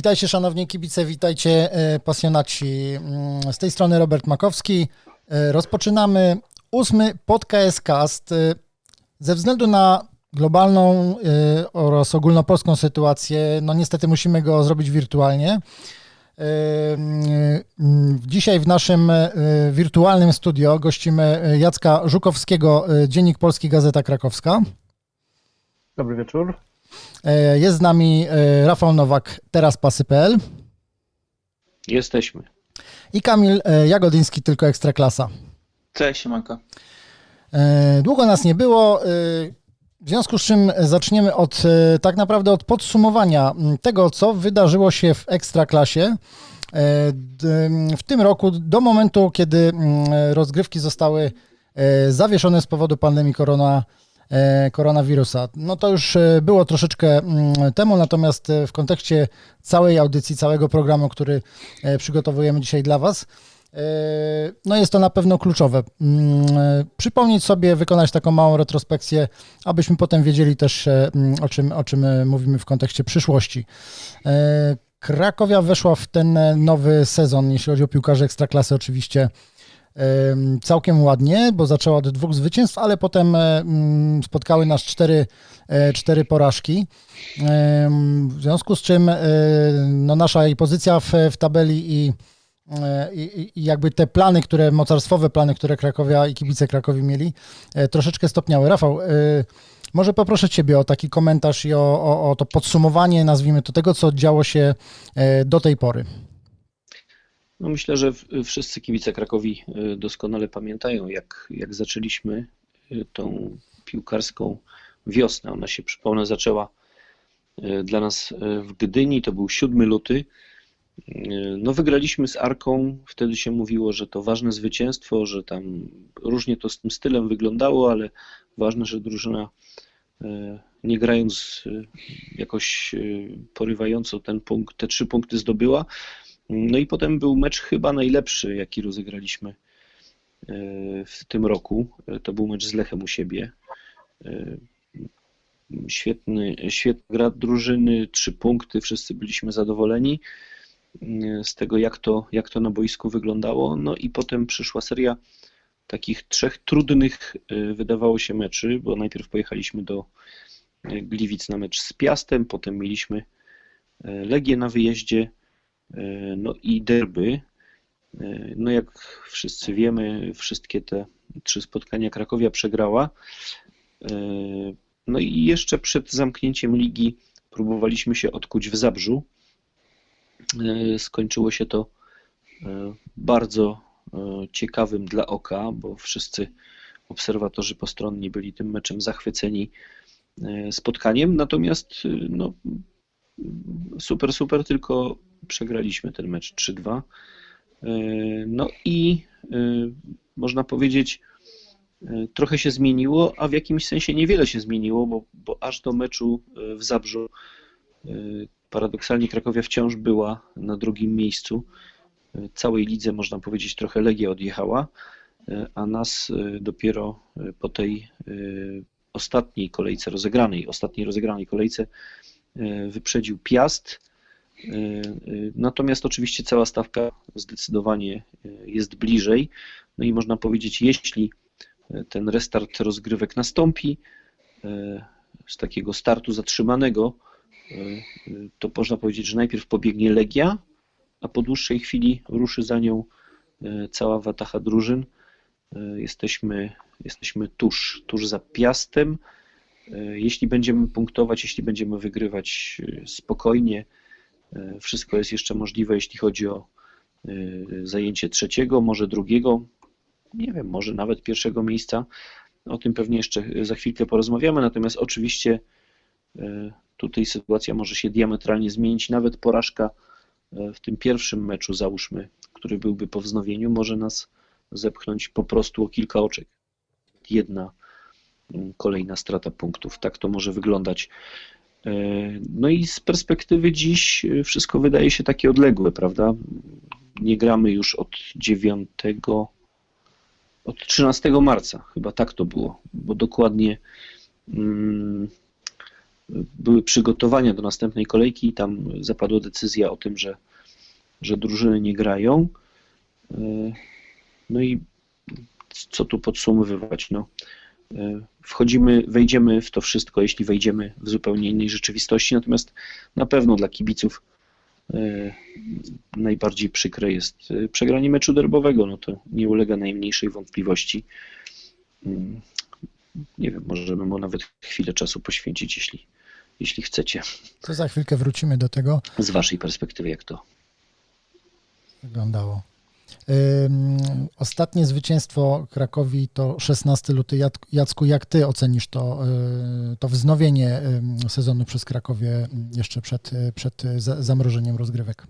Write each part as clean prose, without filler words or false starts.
Witajcie szanowni kibice, witajcie pasjonaci. Z tej strony Robert Makowski. Rozpoczynamy 8. podcast Cast. Ze względu na globalną oraz ogólnopolską sytuację, no niestety musimy go zrobić wirtualnie. Dzisiaj w naszym wirtualnym studio gościmy Jacka Żukowskiego, Dziennik Polski, Gazeta Krakowska. Dobry wieczór. Jest z nami Rafał Nowak, teraspasy.pl. Jesteśmy. I Kamil Jagodyński, tylko Ekstraklasa. Cześć, siemanko. Długo nas nie było, w związku z czym zaczniemy tak naprawdę od podsumowania tego, co wydarzyło się w Ekstraklasie w tym roku do momentu, kiedy rozgrywki zostały zawieszone z powodu pandemii koronawirusa. No to już było troszeczkę temu, natomiast w kontekście całej audycji, całego programu, który przygotowujemy dzisiaj dla Was, no jest to na pewno kluczowe. Przypomnieć sobie, wykonać taką małą retrospekcję, abyśmy potem wiedzieli też, o czym mówimy w kontekście przyszłości. Krakowia weszła w ten nowy sezon, jeśli chodzi o piłkarzy Ekstraklasy, oczywiście całkiem ładnie, bo zaczęła od 2 zwycięstw, ale potem spotkały nas 4 porażki. W związku z czym no, nasza pozycja w tabeli i jakby te plany, mocarstwowe plany, które Krakowia i kibice Krakowi mieli, troszeczkę stopniały. Rafał, może poproszę Ciebie o taki komentarz i o to podsumowanie, nazwijmy to, tego, co działo się do tej pory. No myślę, że wszyscy kibice Krakowi doskonale pamiętają, jak zaczęliśmy tą piłkarską wiosnę. Ona się, przypomnę, zaczęła dla nas w Gdyni, to był 7 luty. No wygraliśmy z Arką, wtedy się mówiło, że to ważne zwycięstwo, że tam różnie to z tym stylem wyglądało, ale ważne, że drużyna nie grając jakoś porywająco te 3 punkty zdobyła. No i potem był mecz chyba najlepszy, jaki rozegraliśmy w tym roku. To był mecz z Lechem u siebie. Świetna gra drużyny, 3 punkty, wszyscy byliśmy zadowoleni z tego, jak to na boisku wyglądało. No i potem przyszła seria takich 3 trudnych, wydawało się, meczy, bo najpierw pojechaliśmy do Gliwic na mecz z Piastem, potem mieliśmy Legię na wyjeździe, no i derby. No jak wszyscy wiemy, wszystkie te 3 spotkania Krakowia przegrała. No i jeszcze przed zamknięciem ligi próbowaliśmy się odkuć w Zabrzu. Skończyło się to bardzo ciekawym dla oka, bo wszyscy obserwatorzy postronni byli tym meczem zachwyceni spotkaniem. Natomiast no, super, tylko przegraliśmy ten mecz 3-2. No i można powiedzieć, trochę się zmieniło, a w jakimś sensie niewiele się zmieniło, bo aż do meczu w Zabrzu paradoksalnie Krakowia wciąż była na 2. miejscu. Całej lidze, można powiedzieć, trochę Legia odjechała, a nas dopiero po tej ostatniej rozegranej kolejce wyprzedził Piast. Natomiast oczywiście cała stawka zdecydowanie jest bliżej. No i można powiedzieć, jeśli ten restart rozgrywek nastąpi, z takiego startu zatrzymanego, to można powiedzieć, że najpierw pobiegnie Legia, a po dłuższej chwili ruszy za nią cała wataha drużyn. Jesteśmy tuż za Piastem. Jeśli będziemy punktować, jeśli będziemy wygrywać spokojnie, wszystko jest jeszcze możliwe, jeśli chodzi o zajęcie 3., może 2., nie wiem, może nawet 1. miejsca. O tym pewnie jeszcze za chwilkę porozmawiamy, natomiast oczywiście tutaj sytuacja może się diametralnie zmienić. Nawet porażka w tym pierwszym meczu, załóżmy, który byłby po wznowieniu, może nas zepchnąć po prostu o kilka oczek. 1 kolejna strata punktów. Tak to może wyglądać. No i z perspektywy dziś wszystko wydaje się takie odległe, prawda? Nie gramy już od 13 marca, chyba tak to było, bo dokładnie były przygotowania do następnej kolejki i tam zapadła decyzja o tym, że drużyny nie grają. No i co tu podsumowywać? No, wejdziemy w to wszystko, jeśli wejdziemy w zupełnie innej rzeczywistości, natomiast na pewno dla kibiców najbardziej przykre jest przegranie meczu derbowego, no to nie ulega najmniejszej wątpliwości. Nie wiem, możemy mu nawet chwilę czasu poświęcić, jeśli chcecie. To za chwilkę wrócimy do tego. Z waszej perspektywy, jak to wyglądało. Ostatnie zwycięstwo Krakowi to 16 luty. Jacku, jak ty ocenisz to wznowienie sezonu przez Krakowie jeszcze przed zamrożeniem rozgrywek?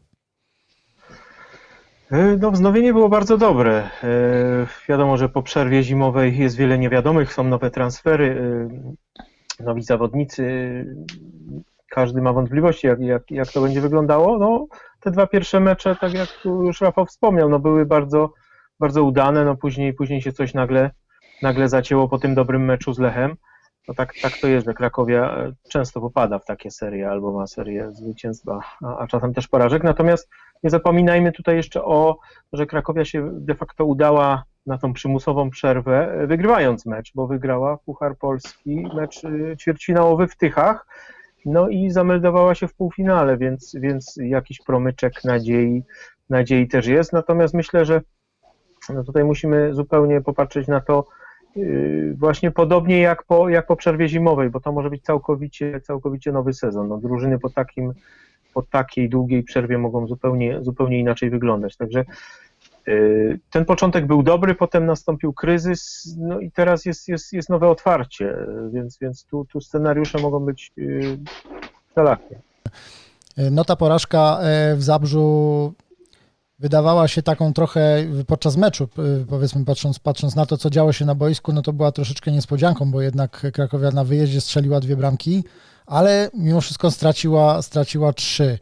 No, wznowienie było bardzo dobre. Wiadomo, że po przerwie zimowej jest wiele niewiadomych, są nowe transfery, nowi zawodnicy. Każdy ma wątpliwości, jak to będzie wyglądało. No, te dwa pierwsze mecze, tak jak tu już Rafał wspomniał, no, były bardzo, bardzo udane. No, później się coś nagle zacięło po tym dobrym meczu z Lechem. No, tak to jest, że Krakowia często popada w takie serie, albo ma serię zwycięstw, a czasem też porażek. Natomiast nie zapominajmy tutaj jeszcze że Krakowia się de facto udała na tą przymusową przerwę, wygrywając mecz, bo wygrała Puchar Polski, mecz ćwierćfinałowy w Tychach, no i zameldowała się w półfinale, więc jakiś promyczek nadziei też jest. Natomiast myślę, że no tutaj musimy zupełnie popatrzeć na to właśnie podobnie jak po przerwie zimowej, bo to może być całkowicie nowy sezon. No, drużyny po takiej długiej przerwie mogą zupełnie inaczej wyglądać. Także ten początek był dobry, potem nastąpił kryzys, no i teraz jest nowe otwarcie, więc tu scenariusze mogą być wszelakie. No ta porażka w Zabrzu wydawała się taką trochę podczas meczu, powiedzmy patrząc na to, co działo się na boisku, no to była troszeczkę niespodzianką, bo jednak Krakowia na wyjeździe strzeliła 2 bramki, ale mimo wszystko straciła 3.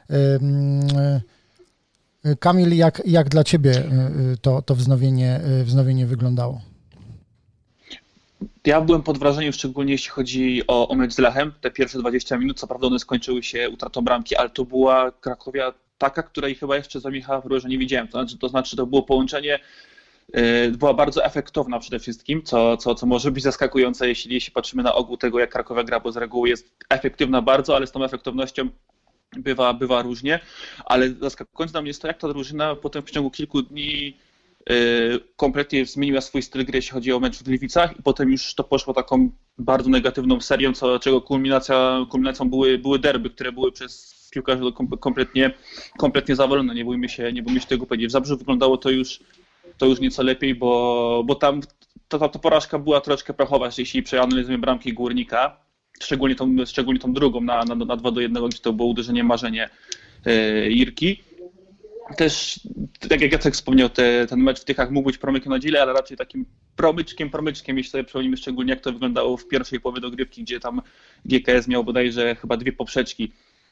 Kamil, jak dla ciebie to wznowienie wyglądało? Ja byłem pod wrażeniem, szczególnie jeśli chodzi o mecz z Lechem. Te pierwsze 20 minut, co prawda one skończyły się utratą bramki, ale to była Krakowia taka, której chyba jeszcze za Michała Wróża nie widziałem. To znaczy to było połączenie, była bardzo efektowna przede wszystkim, co może być zaskakujące, jeśli patrzymy na ogół tego, jak Krakowia gra, bo z reguły jest efektywna bardzo, ale z tą efektywnością bywa różnie, ale zaskakujące dla mnie jest to, jak ta drużyna potem w ciągu kilku dni kompletnie zmieniła swój styl gry, jeśli chodzi o mecz w Gliwicach i potem już to poszło taką bardzo negatywną serią, czego kulminacją były derby, które były przez piłkarzy kompletnie zawalone, nie bójmy się tego powiedzieć. W Zabrzu wyglądało to już nieco lepiej, bo tam ta porażka była troszkę prochowa, jeśli przeanalizujemy bramki Górnika, szczególnie tą drugą na 2-1, gdzie to było uderzenie marzenie Irki. Też, tak jak Jacek wspomniał, ten mecz w Tychach mógł być promykiem na dziele, ale raczej takim promyczkiem, jeśli sobie przypomnimy szczególnie, jak to wyglądało w pierwszej połowie dogrywki, gdzie tam GKS miał bodajże chyba 2 poprzeczki.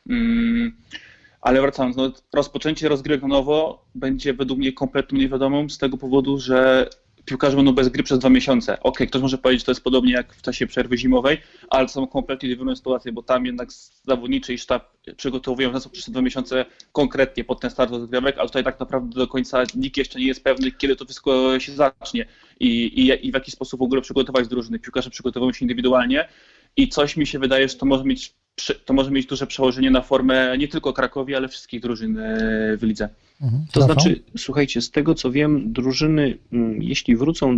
Ale wracając, no, rozpoczęcie rozgrywek na nowo będzie według mnie kompletnie niewiadomą z tego powodu, że piłkarze będą bez gry przez 2 miesiące. Okej, ktoś może powiedzieć, że to jest podobnie jak w czasie przerwy zimowej, ale to są kompletnie inne sytuacje, bo tam jednak zawodniczy i sztab przygotowują nas przez 2 miesiące konkretnie pod ten start rozgrywek, a tutaj tak naprawdę do końca nikt jeszcze nie jest pewny, kiedy to wszystko się zacznie i w jaki sposób w ogóle przygotować drużyny. Piłkarze przygotowują się indywidualnie i coś mi się wydaje, że to może mieć duże przełożenie na formę nie tylko Krakowi, ale wszystkich drużyn w lidze. To znaczy, słuchajcie, z tego co wiem, drużyny, jeśli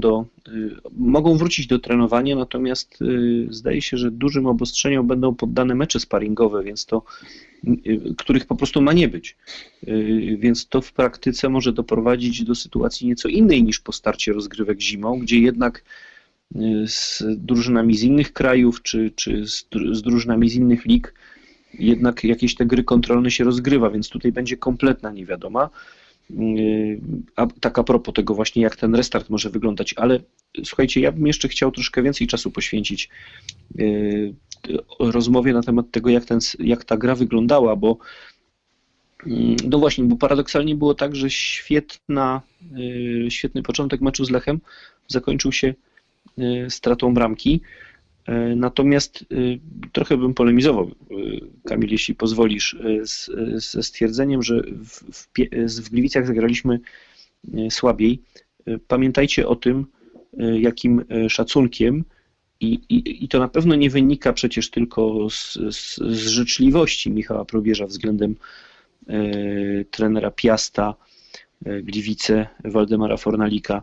mogą wrócić do trenowania, natomiast zdaje się, że dużym obostrzeniom będą poddane mecze sparingowe, więc których po prostu ma nie być. Więc to w praktyce może doprowadzić do sytuacji nieco innej niż po starcie rozgrywek zimą, gdzie jednak z drużynami z innych krajów, czy z drużynami z innych lig jednak jakieś te gry kontrolne się rozgrywa, więc tutaj będzie kompletna niewiadoma. A tak a propos tego właśnie, jak ten restart może wyglądać, ale słuchajcie, ja bym jeszcze chciał troszkę więcej czasu poświęcić rozmowie na temat tego, jak ta gra wyglądała, bo no właśnie, bo paradoksalnie było tak, że świetny początek meczu z Lechem zakończył się stratą bramki, Natomiast trochę bym polemizował, Kamil, jeśli pozwolisz, ze stwierdzeniem, że w Gliwicach zagraliśmy słabiej. Pamiętajcie o tym, jakim szacunkiem i to na pewno nie wynika przecież tylko z życzliwości Michała Probierza względem trenera Piasta, Gliwice, Waldemara Fornalika,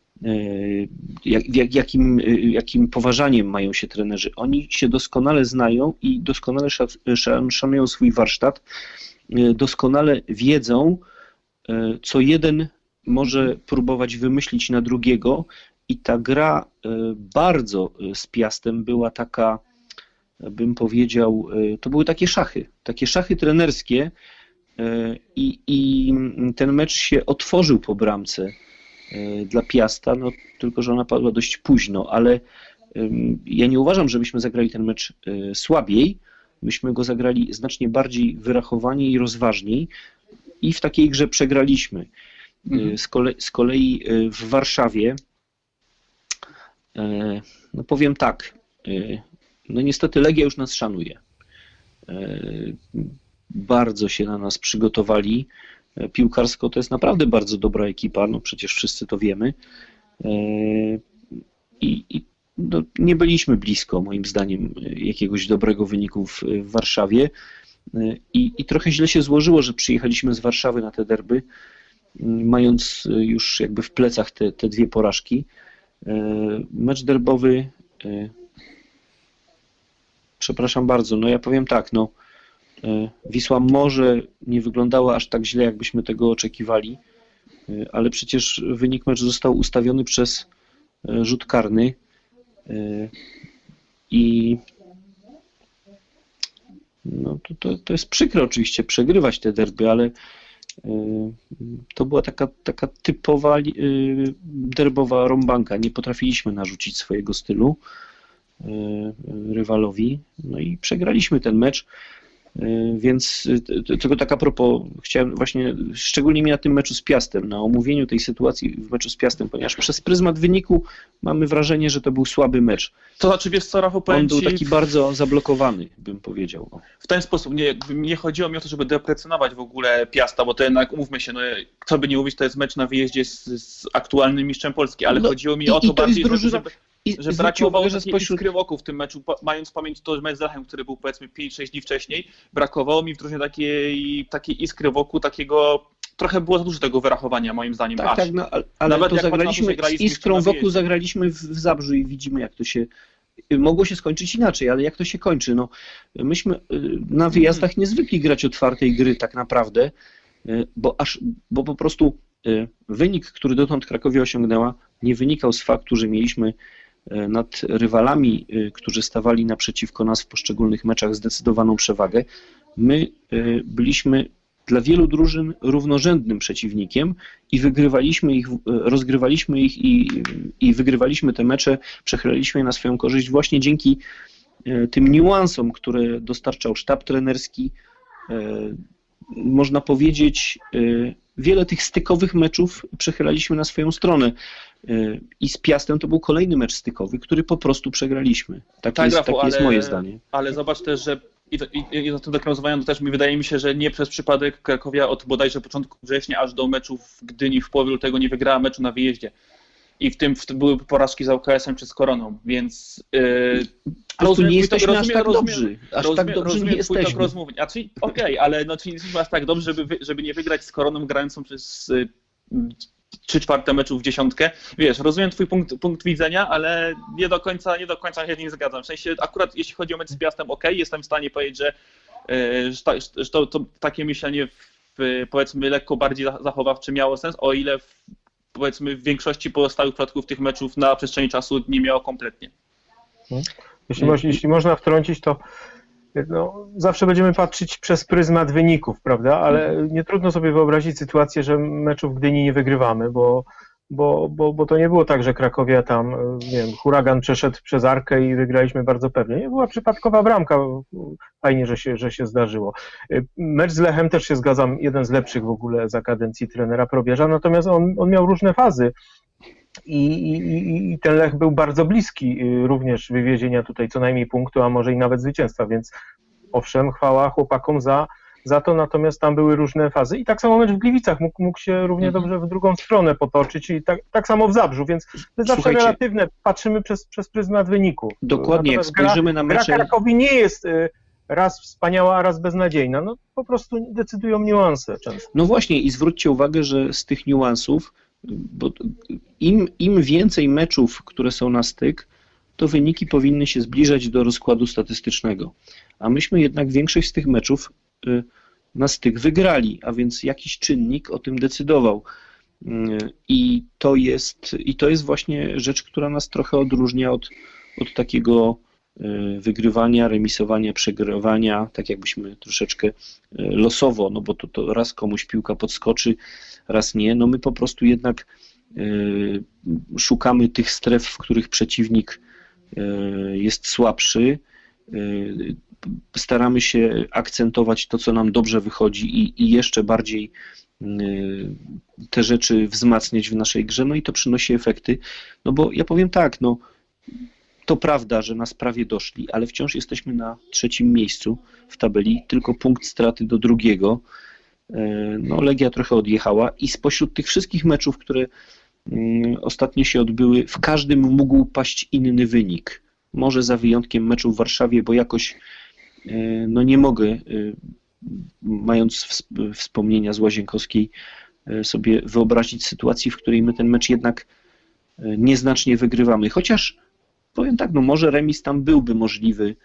jakim poważaniem mają się trenerzy. Oni się doskonale znają i doskonale szanują swój warsztat, doskonale wiedzą, co jeden może próbować wymyślić na drugiego i ta gra bardzo z Piastem była taka, bym powiedział, to były takie szachy trenerskie i ten mecz się otworzył po bramce dla Piasta, no tylko że ona padła dość późno, ale ja nie uważam, żebyśmy zagrali ten mecz słabiej, myśmy go zagrali znacznie bardziej wyrachowani i rozważniej i w takiej grze przegraliśmy. Z kolei w Warszawie, no powiem tak, no niestety Legia już nas szanuje. Bardzo się na nas przygotowali. Piłkarsko to jest naprawdę bardzo dobra ekipa, no przecież wszyscy to wiemy. No, nie byliśmy blisko, moim zdaniem, jakiegoś dobrego wyniku w Warszawie. I trochę źle się złożyło, że przyjechaliśmy z Warszawy na te derby, mając już jakby w plecach te dwie porażki. Mecz derbowy, przepraszam bardzo, no ja powiem tak, no Wisła może nie wyglądała aż tak źle, jakbyśmy tego oczekiwali, ale przecież wynik meczu został ustawiony przez rzut karny i no to jest przykre oczywiście przegrywać te derby, ale to była taka typowa derbowa rąbanka. Nie potrafiliśmy narzucić swojego stylu rywalowi, no i przegraliśmy ten mecz. Więc tylko tak a propos, chciałem właśnie szczególnie mi na tym meczu z Piastem, na omówieniu tej sytuacji w meczu z Piastem, ponieważ przez pryzmat wyniku mamy wrażenie, że to był słaby mecz. To znaczy, wiesz co, Rafał, powiem On był ci, taki bardzo zablokowany, bym powiedział. w ten sposób, nie chodziło mi o to, żeby deprecjonować w ogóle Piasta, bo to jednak, umówmy się, no, co by nie mówić, to jest mecz na wyjeździe z aktualnym mistrzem Polski, ale No, chodziło mi o to bardziej, że zwróćcie brakowało uwagę, że takiej spośród... iskry wokół w tym meczu, mając w pamięci to mecz z Lechem, który był powiedzmy 5-6 dni wcześniej, brakowało mi w drużynie takiej iskry wokół, takiego, trochę było za dużo tego wyrachowania moim zdaniem. Tak, no, ale Nawet to jak zagraliśmy grali z iskrą na wokół, wyjeździe. zagraliśmy w Zabrzu i widzimy, jak to się... Mogło się skończyć inaczej, ale jak to się kończy? No, myśmy na wyjazdach nie zwykli grać otwartej gry tak naprawdę, bo po prostu wynik, który dotąd Krakowia osiągnęła, nie wynikał z faktu, że mieliśmy nad rywalami, którzy stawali naprzeciwko nas w poszczególnych meczach, zdecydowaną przewagę. My byliśmy dla wielu drużyn równorzędnym przeciwnikiem i wygrywaliśmy ich, rozgrywaliśmy ich i wygrywaliśmy te mecze, przechylaliśmy je na swoją korzyść właśnie dzięki tym niuansom, które dostarczał sztab trenerski. Można powiedzieć, wiele tych stykowych meczów przechylaliśmy na swoją stronę i z Piastem to był kolejny mecz stykowy, który po prostu przegraliśmy. Takie jest moje zdanie. Ale zobacz też, że i za tym nawiązaniem też wydaje mi się, że nie przez przypadek Krakowia od bodajże początku września aż do meczu w Gdyni w połowie lutego nie wygrała meczu na wyjeździe. I w tym były porażki z ŁKS-em czy z Koroną, więc... Ale tu nie jesteśmy aż tak dobrzy. Aż tak dobrzy nie jesteśmy. Okej, ale no, nie jesteśmy aż tak dobrzy, żeby nie wygrać z Koroną grającą przez 3/4 meczu w dziesiątkę. Wiesz, rozumiem twój punkt widzenia, ale nie do końca się z nim zgadzam. W sensie akurat jeśli chodzi o mecz z Piastem, jestem w stanie powiedzieć, że to takie myślenie powiedzmy lekko bardziej zachowawcze miało sens, o ile powiedzmy w większości pozostałych przypadków tych meczów na przestrzeni czasu nie miało kompletnie. Jeśli można wtrącić, to no, zawsze będziemy patrzeć przez pryzmat wyników, prawda? Ale nie trudno sobie wyobrazić sytuację, że meczu w Gdyni nie wygrywamy, bo to nie było tak, że Krakowia tam, nie wiem, huragan przeszedł przez Arkę i wygraliśmy bardzo pewnie. Nie była przypadkowa bramka. Fajnie, że się zdarzyło. Mecz z Lechem też się zgadzam, jeden z lepszych w ogóle za kadencji trenera Probierza, natomiast on miał różne fazy. I ten Lech był bardzo bliski również wywiezienia tutaj co najmniej punktu, a może i nawet zwycięstwa, więc owszem, chwała chłopakom za to, natomiast tam były różne fazy i tak samo mecz w Gliwicach mógł się równie dobrze w drugą stronę potoczyć i tak samo w Zabrzu, więc to jest zawsze relatywne, patrzymy przez pryzmat wyniku. Dokładnie, Natomiast jak spojrzymy na mecze... Gra Krakowi nie jest raz wspaniała, a raz beznadziejna, no po prostu decydują niuanse często. No właśnie i zwróćcie uwagę, że z tych niuansów, bo im więcej meczów, które są na styk, to wyniki powinny się zbliżać do rozkładu statystycznego. A myśmy jednak większość z tych meczów na styk wygrali, a więc jakiś czynnik o tym decydował. I to jest właśnie rzecz, która nas trochę odróżnia od takiego wygrywania, remisowania, przegrywania, tak jakbyśmy troszeczkę losowo, no bo to raz komuś piłka podskoczy, raz nie. No my po prostu jednak szukamy tych stref, w których przeciwnik jest słabszy. Staramy się akcentować to, co nam dobrze wychodzi i jeszcze bardziej te rzeczy wzmacniać w naszej grze, no i to przynosi efekty. No bo ja powiem tak, no to prawda, że nas prawie doszli, ale wciąż jesteśmy na 3. miejscu w tabeli, tylko punkt straty do 2. No Legia trochę odjechała i spośród tych wszystkich meczów, które ostatnio się odbyły, w każdym mógł paść inny wynik. Może za wyjątkiem meczu w Warszawie, bo jakoś no nie mogę, mając wspomnienia z Łazienkowskiej, sobie wyobrazić sytuacji, w której my ten mecz jednak nieznacznie wygrywamy. Chociaż powiem tak, no może remis tam byłby możliwy,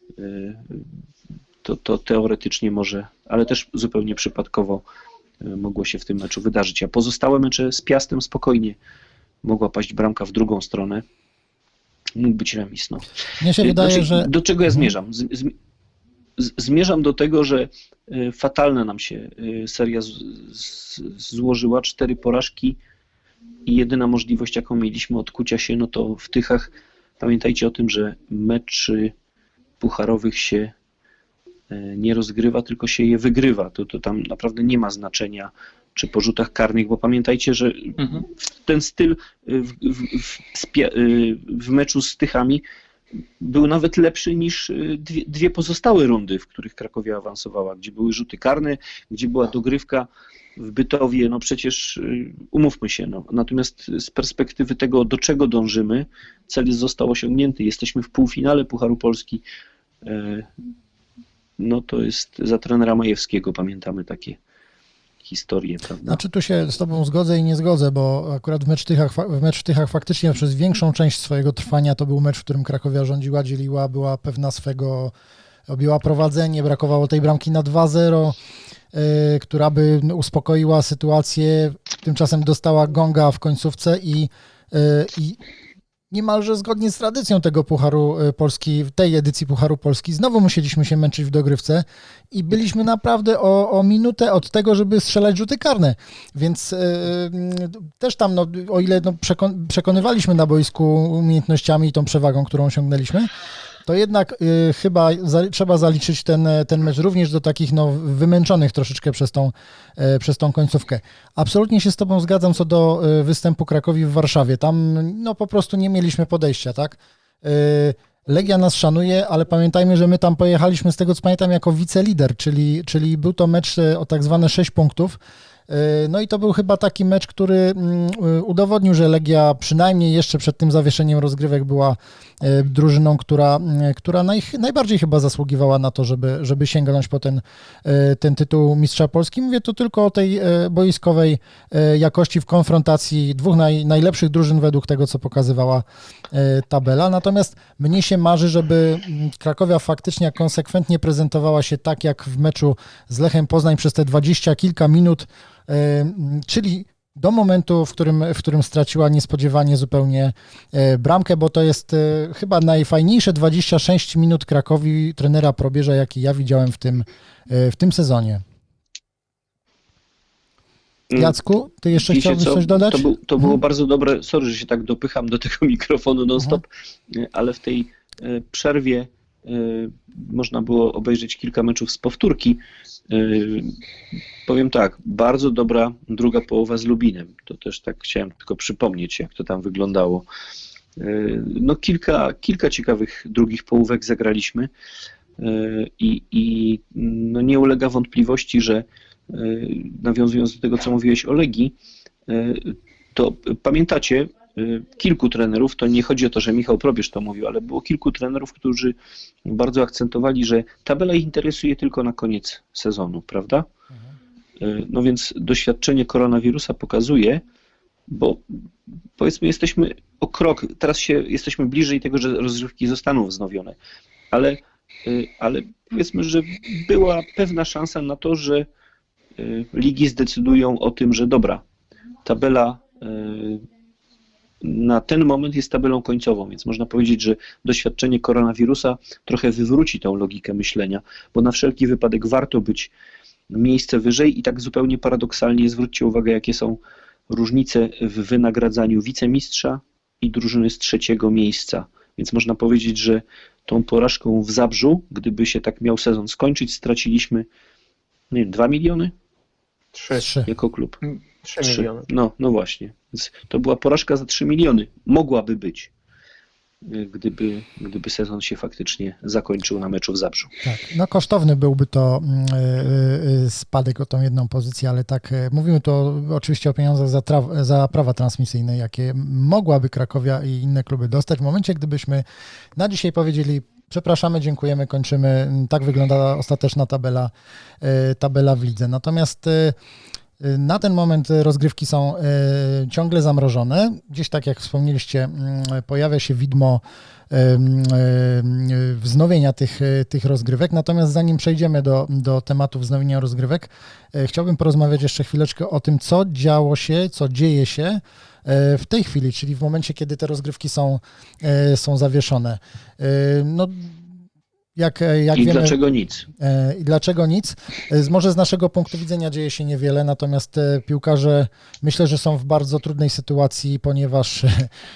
to teoretycznie może, ale też zupełnie przypadkowo mogło się w tym meczu wydarzyć. A pozostałe mecze z Piastem spokojnie mogła paść bramka w drugą stronę. Mógł być remis. No. Mnie się wydaje, że... Do czego ja zmierzam? Zmierzam do tego, że fatalna nam się seria złożyła. 4 porażki i jedyna możliwość, jaką mieliśmy odkucia się, no to w Tychach. Pamiętajcie o tym, że meczy pucharowych się nie rozgrywa, tylko się je wygrywa. To tam naprawdę nie ma znaczenia, czy po rzutach karnych, bo pamiętajcie, że ten styl w meczu z Tychami był nawet lepszy niż dwie pozostałe rundy, w których Krakowia awansowała, gdzie były rzuty karne, gdzie była dogrywka w Bytowie, no przecież umówmy się, no. Natomiast z perspektywy tego, do czego dążymy, cel został osiągnięty, jesteśmy w półfinale Pucharu Polski, no to jest za trenera Majewskiego, pamiętamy takie historie, prawda? Znaczy tu się z Tobą zgodzę i nie zgodzę, bo akurat mecz w Tychach faktycznie przez większą część swojego trwania to był mecz, w którym Krakowia rządziła, dzieliła, była pewna swego, objęła prowadzenie, brakowało tej bramki na 2-0, która by uspokoiła sytuację, tymczasem dostała gonga w końcówce i niemalże zgodnie z tradycją tego Pucharu Polski, tej edycji Pucharu Polski, znowu musieliśmy się męczyć w dogrywce i byliśmy naprawdę o minutę od tego, żeby strzelać rzuty karne. Więc też tam, no, o ile przekonywaliśmy na boisku umiejętnościami i tą przewagą, którą osiągnęliśmy, to jednak chyba trzeba zaliczyć ten mecz również do takich wymęczonych troszeczkę przez tą końcówkę. Absolutnie się z Tobą zgadzam co do występu Krakowi w Warszawie. Tam po prostu nie mieliśmy podejścia, tak? Legia nas szanuje, ale pamiętajmy, że my tam pojechaliśmy, z tego co pamiętam, jako wicelider, czyli był to mecz o tak zwane 6 punktów. No i to był chyba taki mecz, który udowodnił, że Legia przynajmniej jeszcze przed tym zawieszeniem rozgrywek była drużyną, która najbardziej chyba zasługiwała na to, żeby sięgnąć po ten tytuł mistrza Polski. Mówię tu tylko o tej boiskowej jakości w konfrontacji dwóch najlepszych drużyn według tego, co pokazywała tabela. Natomiast mnie się marzy, żeby Krakowia faktycznie konsekwentnie prezentowała się tak, jak w meczu z Lechem Poznań przez te 20 kilka minut, czyli do momentu, w którym straciła niespodziewanie zupełnie bramkę, bo to jest chyba najfajniejsze 26 minut Krakowi trenera Probierza, jaki ja widziałem w tym sezonie. Jacku, ty jeszcze chciałbyś coś dodać? To było bardzo dobre, sorry, że się tak dopycham do tego mikrofonu non-stop, ale w tej przerwie można było obejrzeć kilka meczów z powtórki. Powiem tak, bardzo dobra druga połowa z Lubinem. To też tak chciałem tylko przypomnieć, jak to tam wyglądało. No kilka ciekawych drugich połówek zagraliśmy i no nie ulega wątpliwości, że nawiązując do tego, co mówiłeś o Legii, to pamiętacie, kilku trenerów, to nie chodzi o to, że Michał Probierz to mówił, ale było kilku trenerów, którzy bardzo akcentowali, że tabela ich interesuje tylko na koniec sezonu, prawda? No więc doświadczenie koronawirusa pokazuje, bo powiedzmy jesteśmy o krok, teraz jesteśmy bliżej tego, że rozgrywki zostaną wznowione, ale powiedzmy, że była pewna szansa na to, że ligi zdecydują o tym, że dobra, tabela na ten moment jest tabelą końcową, więc można powiedzieć, że doświadczenie koronawirusa trochę wywróci tą logikę myślenia, bo na wszelki wypadek warto być miejsce wyżej i tak zupełnie paradoksalnie zwróćcie uwagę, jakie są różnice w wynagradzaniu wicemistrza i drużyny z 3. miejsca. Więc można powiedzieć, że tą porażką w Zabrzu, gdyby się tak miał sezon skończyć, straciliśmy, nie wiem, 2 miliony? 3. Jako klub. 3 miliony. No właśnie. Więc to była porażka za 3 miliony. Mogłaby być, gdyby sezon się faktycznie zakończył na meczu w Zabrzu. Tak, no kosztowny byłby to spadek o tą jedną pozycję, ale tak, mówimy tu oczywiście o pieniądzach za prawa transmisyjne, jakie mogłaby Krakowia i inne kluby dostać w momencie, gdybyśmy na dzisiaj powiedzieli: przepraszamy, dziękujemy, kończymy. Tak wygląda ostateczna tabela w lidze. Natomiast na ten moment rozgrywki są ciągle zamrożone. Gdzieś tak jak wspomnieliście, pojawia się widmo wznowienia tych rozgrywek. Natomiast zanim przejdziemy do tematu wznowienia rozgrywek, chciałbym porozmawiać jeszcze chwileczkę o tym, co działo się, co dzieje się w tej chwili, czyli w momencie, kiedy te rozgrywki są zawieszone. No, jak I wiemy, dlaczego nic? I dlaczego nic? Może z naszego punktu widzenia dzieje się niewiele, natomiast piłkarze myślę, że są w bardzo trudnej sytuacji, ponieważ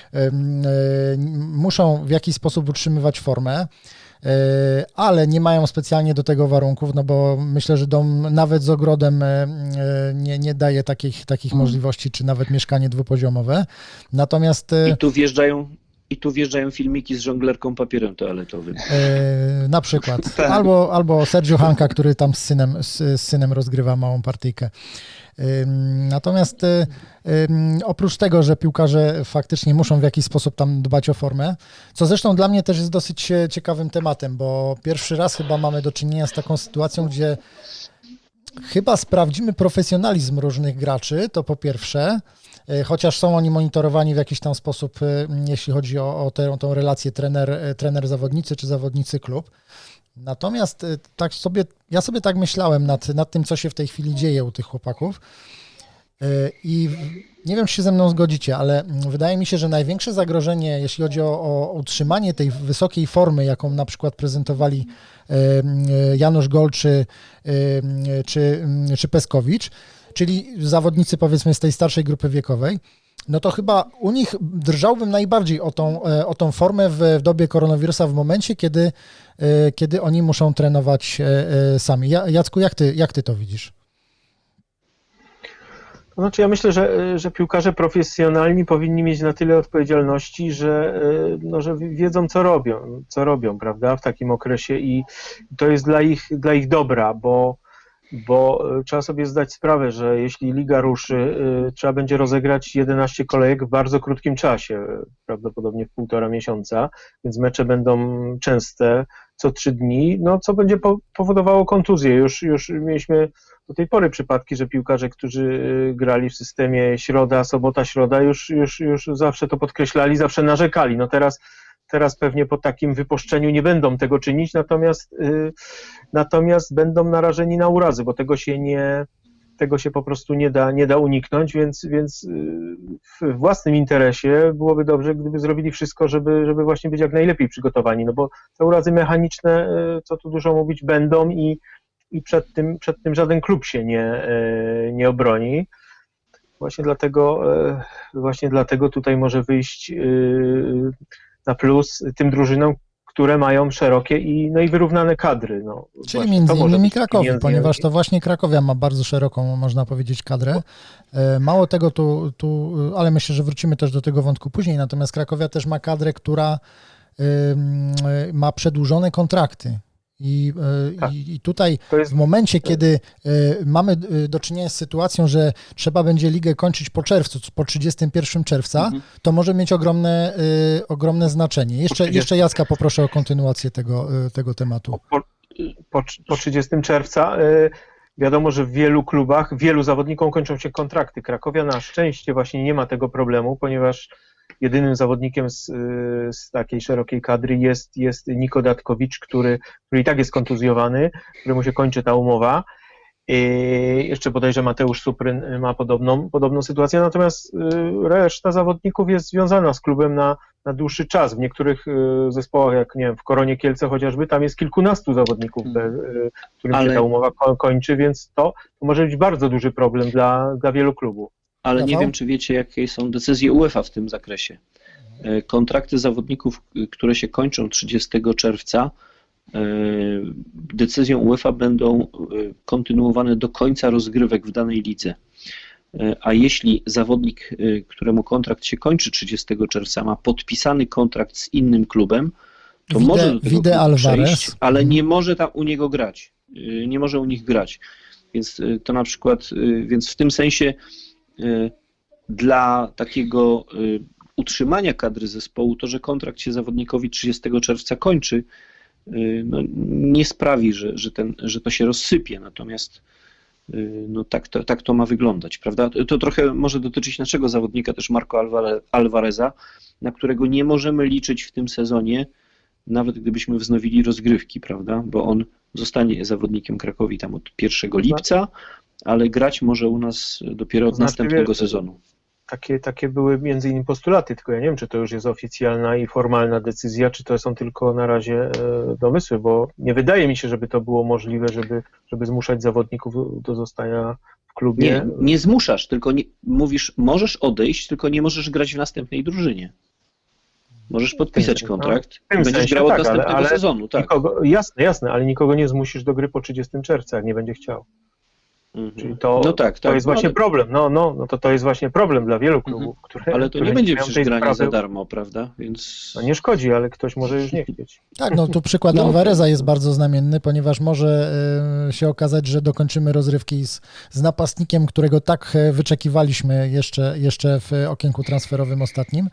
muszą w jakiś sposób utrzymywać formę, ale nie mają specjalnie do tego warunków, no bo myślę, że dom nawet z ogrodem nie daje takich możliwości, czy nawet mieszkanie dwupoziomowe. Natomiast I tu wjeżdżają filmiki z żonglerką papierem toaletowym. Na przykład. Tak. Albo Sergio Hanka, który tam z synem rozgrywa małą partyjkę. Natomiast oprócz tego, że piłkarze faktycznie muszą w jakiś sposób tam dbać o formę, co zresztą dla mnie też jest dosyć ciekawym tematem, bo pierwszy raz chyba mamy do czynienia z taką sytuacją, gdzie chyba sprawdzimy profesjonalizm różnych graczy, to po pierwsze, chociaż są oni monitorowani w jakiś tam sposób, jeśli chodzi o tą relację trener-zawodnicy czy zawodnicy-klub. Natomiast ja sobie tak myślałem nad tym, co się w tej chwili dzieje u tych chłopaków i nie wiem, czy się ze mną zgodzicie, ale wydaje mi się, że największe zagrożenie, jeśli chodzi o utrzymanie tej wysokiej formy, jaką na przykład prezentowali Janusz Gol czy Peskowicz, czyli zawodnicy powiedzmy z tej starszej grupy wiekowej, no to chyba u nich drżałbym najbardziej o tą formę w dobie koronawirusa w momencie, kiedy oni muszą trenować sami. Jacku, jak ty to widzisz? To znaczy ja myślę, że piłkarze profesjonalni powinni mieć na tyle odpowiedzialności, że wiedzą co robią, prawda, w takim okresie i to jest dla ich dobra, bo trzeba sobie zdać sprawę, że jeśli liga ruszy, trzeba będzie rozegrać 11 kolejek w bardzo krótkim czasie, prawdopodobnie w 1,5 miesiąca, więc mecze będą częste, co 3 dni, no co będzie powodowało kontuzję. Już mieliśmy do tej pory przypadki, że piłkarze, którzy grali w systemie środa, sobota, środa, już zawsze to podkreślali, zawsze narzekali. No teraz pewnie po takim wypuszczeniu nie będą tego czynić, natomiast będą narażeni na urazy, bo tego się po prostu nie da uniknąć, więc w własnym interesie byłoby dobrze, gdyby zrobili wszystko, żeby właśnie być jak najlepiej przygotowani, no bo te urazy mechaniczne, co tu dużo mówić, będą i przed tym żaden klub się nie obroni. Właśnie dlatego tutaj może wyjść na plus tym drużynom, które mają szerokie i wyrównane kadry. No, Czyli właśnie, między to może innymi być Krakowi, między ponieważ innymi. to właśnie Krakowia ma bardzo szeroką, można powiedzieć, kadrę. Mało tego, ale myślę, że wrócimy też do tego wątku później, natomiast Krakowia też ma kadrę, która ma przedłużone kontrakty. Tak. I tutaj To jest w momencie, kiedy mamy do czynienia z sytuacją, że trzeba będzie ligę kończyć po czerwcu, po 31 czerwca, to może mieć ogromne znaczenie. Jeszcze Jacka poproszę o kontynuację tego tematu. po 30 czerwca wiadomo, że w wielu klubach, wielu zawodnikom kończą się kontrakty. Krakowia na szczęście właśnie nie ma tego problemu, ponieważ jedynym zawodnikiem z takiej szerokiej kadry jest Niko Datkowicz, który i tak jest kontuzjowany, któremu się kończy ta umowa. Jeszcze bodajże Mateusz Supryn ma podobną sytuację, natomiast reszta zawodników jest związana z klubem na dłuższy czas. W niektórych zespołach, jak nie wiem, w Koronie Kielce chociażby, tam jest kilkunastu zawodników, którym się ta umowa kończy, więc to może być bardzo duży problem dla wielu klubów. Ale nie wiem, czy wiecie, jakie są decyzje UEFA w tym zakresie. Kontrakty zawodników, które się kończą 30 czerwca, decyzją UEFA będą kontynuowane do końca rozgrywek w danej lidze. A jeśli zawodnik, któremu kontrakt się kończy 30 czerwca, ma podpisany kontrakt z innym klubem, to może do tego klubu przejść, ale nie może tam u niego grać. Nie może u nich grać. Więc to na przykład, więc w tym sensie dla takiego utrzymania kadry zespołu, to, że kontrakt się zawodnikowi 30 czerwca kończy, no, nie sprawi, że to się rozsypie, natomiast no, tak to ma wyglądać, prawda? To trochę może dotyczyć naszego zawodnika, też Marco Alvareza, na którego nie możemy liczyć w tym sezonie, nawet gdybyśmy wznowili rozgrywki, prawda? Bo on zostanie zawodnikiem Krakowi tam od 1 lipca, ale grać może u nas dopiero od następnego sezonu. Takie były między innymi postulaty, tylko ja nie wiem, czy to już jest oficjalna i formalna decyzja, czy to są tylko na razie domysły, bo nie wydaje mi się, żeby to było możliwe, żeby zmuszać zawodników do zostania w klubie. Nie zmuszasz, tylko mówisz, możesz odejść, tylko nie możesz grać w następnej drużynie. Możesz podpisać kontrakt i będziesz grał od następnego sezonu. Tak. Jasne, ale nikogo nie zmusisz do gry po 30 czerwca, jak nie będzie chciał. Czyli to jest właśnie problem. To jest właśnie problem dla wielu klubów, które. Ale to nie będzie przecież granie za darmo, prawda? Więc. No nie szkodzi, ale ktoś może już nie chcieć. Tak, no tu przykład Alvareza jest bardzo znamienny, ponieważ może się okazać, że dokończymy rozrywki z napastnikiem, którego tak wyczekiwaliśmy jeszcze w okienku transferowym ostatnim.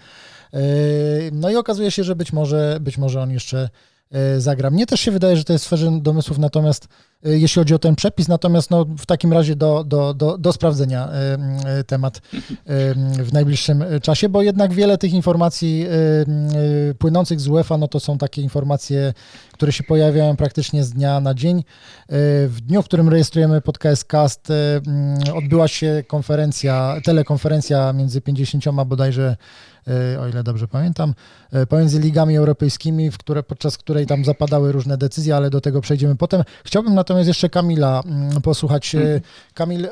No i okazuje się, że być może on jeszcze zagra. Mnie też się wydaje, że to jest w sferze domysłów, natomiast jeśli chodzi o ten przepis, natomiast no, w takim razie do sprawdzenia temat w najbliższym czasie, bo jednak wiele tych informacji płynących z UEFA, no to są takie informacje, które się pojawiają praktycznie z dnia na dzień. W dniu, w którym rejestrujemy podcast Cast, odbyła się telekonferencja między 50 bodajże, o ile dobrze pamiętam, pomiędzy ligami europejskimi, podczas której tam zapadały różne decyzje, ale do tego przejdziemy potem. Chciałbym natomiast jeszcze Kamila posłuchać. Kamil,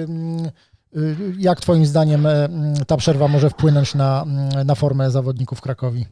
jak twoim zdaniem ta przerwa może wpłynąć na formę zawodników Krakowi?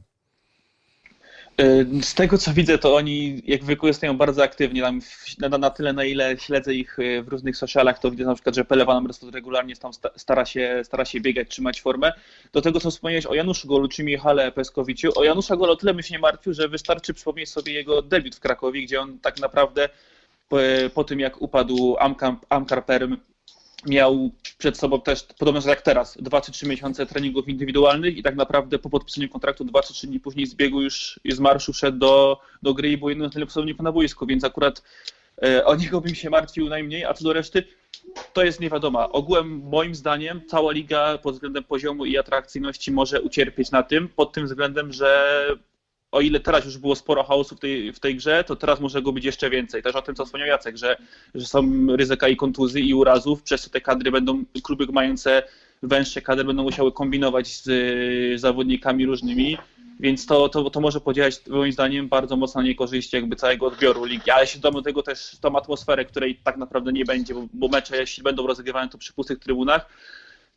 Z tego co widzę, to oni jak wykorzystują bardzo aktywnie, tam na tyle, na ile śledzę ich w różnych socialach, to widzę na przykład, że Pele Van Amersfoort regularnie tam stara się biegać, trzymać formę. Do tego, co wspomniałeś o Januszu Golu czy Michale Peskowiciu, o Janusza Golu tyle bym się nie martwił, że wystarczy przypomnieć sobie jego debiut w Krakowie, gdzie on tak naprawdę po tym, jak upadł Amkar Perm, miał przed sobą też, podobnie jak teraz, 2 czy 3 miesiące treningów indywidualnych i tak naprawdę po podpisaniu kontraktu 2 czy 3 dni później z biegu już z marszu szedł do gry i był jednym z najlepszych zawodników na boisku, więc akurat o niego bym się martwił najmniej, a co do reszty, to jest nie wiadomo. Ogółem moim zdaniem cała liga pod względem poziomu i atrakcyjności może ucierpieć na tym, pod tym względem, że o ile teraz już było sporo chaosu w tej grze, to teraz może go być jeszcze więcej. Też o tym, co wspomniał Jacek, że są ryzyka i kontuzji i urazów, przez co te kadry kluby mające węższe kadry będą musiały kombinować z zawodnikami różnymi, więc to może podziałać moim zdaniem bardzo mocno na niekorzyść jakby całego odbioru ligi, ale się do tego też tą atmosferę, której tak naprawdę nie będzie, bo mecze jeśli będą rozgrywane to przy pustych trybunach,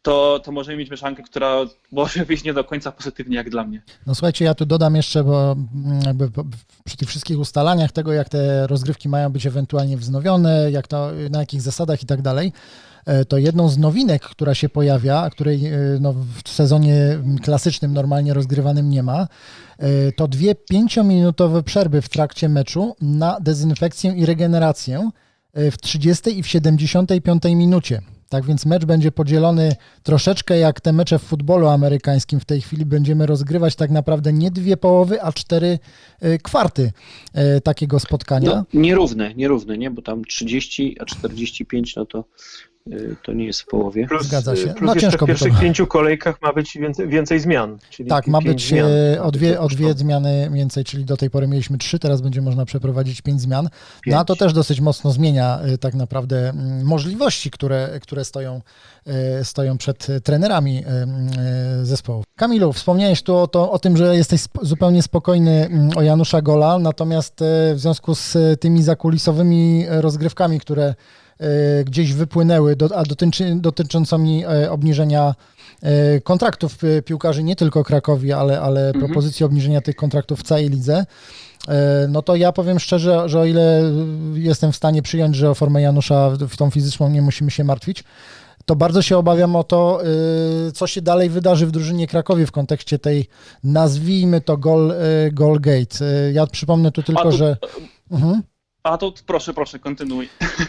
to możemy mieć mieszankę, która może wyjść nie do końca pozytywnie jak dla mnie. No słuchajcie, ja tu dodam jeszcze, bo jakby przy tych wszystkich ustalaniach tego, jak te rozgrywki mają być ewentualnie wznowione, jak to, na jakich zasadach i tak dalej, to jedną z nowinek, która się pojawia, a której no, w sezonie klasycznym, normalnie rozgrywanym nie ma, to 2 5-minutowe przerwy w trakcie meczu na dezynfekcję i regenerację w 30 i w 75 minucie. Tak więc mecz będzie podzielony troszeczkę jak te mecze w futbolu amerykańskim. W tej chwili będziemy rozgrywać tak naprawdę nie 2 połowy, a 4 kwarty takiego spotkania. No, nierówne, nie? Bo tam 30, a 45, no to nie jest w połowie. Zgadza się. Plus No, jeszcze ciężko w by to- pierwszych 5 kolejkach ma być więcej zmian. Czyli Tak, ma 5 być zmian. o dwie zmiany więcej, czyli do tej pory mieliśmy 3, teraz będzie można przeprowadzić 5 zmian. No a to 5. też dosyć mocno zmienia tak naprawdę możliwości, które stoją przed trenerami zespołów. Kamilu, wspomniałeś tu o tym, że jesteś zupełnie spokojny o Janusza Gola, natomiast w związku z tymi zakulisowymi rozgrywkami, które gdzieś wypłynęły, dotyczącymi obniżenia kontraktów piłkarzy nie tylko Krakowi, ale propozycji obniżenia tych kontraktów w całej lidze, no to ja powiem szczerze, że o ile jestem w stanie przyjąć, że o formę Janusza w tą fizyczną nie musimy się martwić, to bardzo się obawiam o to, co się dalej wydarzy w drużynie Krakowie w kontekście tej, nazwijmy to Goalgate. Ja przypomnę tu tylko, że... A to proszę, kontynuuj.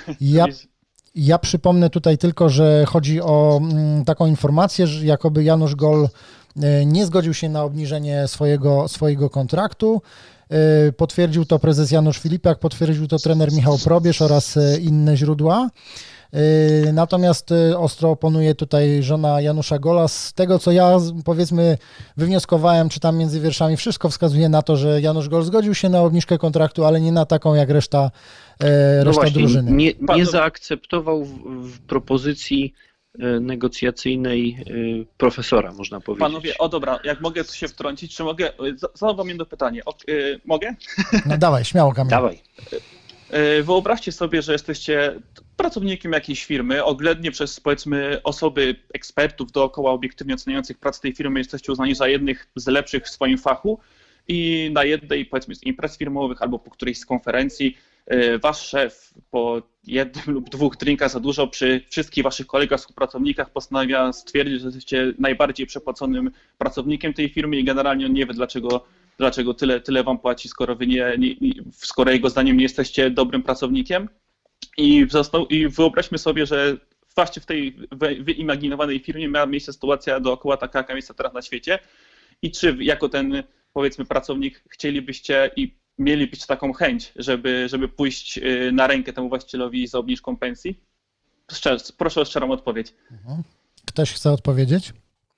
Ja przypomnę tutaj tylko, że chodzi o taką informację, że jakoby Janusz Gol nie zgodził się na obniżenie swojego kontraktu. Potwierdził to prezes Janusz Filipiak, potwierdził to trener Michał Probierz oraz inne źródła. Natomiast ostro oponuje tutaj żona Janusza Gola. Z tego, co ja powiedzmy wywnioskowałem, czy tam między wierszami, wszystko wskazuje na to, że Janusz Gol zgodził się na obniżkę kontraktu, ale nie na taką jak reszta drużyny. Nie zaakceptował w propozycji negocjacyjnej profesora, można powiedzieć. Panowie, dobra, jak mogę się wtrącić, czy mogę? Zadam jedno pytanie. Mogę? No dawaj, śmiało, Kamil. Dawaj. Wyobraźcie sobie, że jesteście pracownikiem jakiejś firmy, oględnie przez, powiedzmy, osoby, ekspertów dookoła obiektywnie oceniających pracę tej firmy jesteście uznani za jednych z lepszych w swoim fachu i na jednej, powiedzmy, z imprez firmowych albo po którejś z konferencji wasz szef po 1 lub 2 drinkach za dużo przy wszystkich waszych kolegach, współpracownikach postanawia stwierdzić, że jesteście najbardziej przepłaconym pracownikiem tej firmy i generalnie on nie wie, dlaczego tyle wam płaci, skoro wy skoro jego zdaniem nie jesteście dobrym pracownikiem. I wyobraźmy sobie, że właśnie w tej wyimaginowanej firmie miała miejsce sytuacja dookoła taka, jaka miejsca teraz na świecie. I czy jako ten, powiedzmy, pracownik chcielibyście i mielibyście taką chęć, żeby pójść na rękę temu właścicielowi za obniżką pensji? Proszę o szczerą odpowiedź. Ktoś chce odpowiedzieć?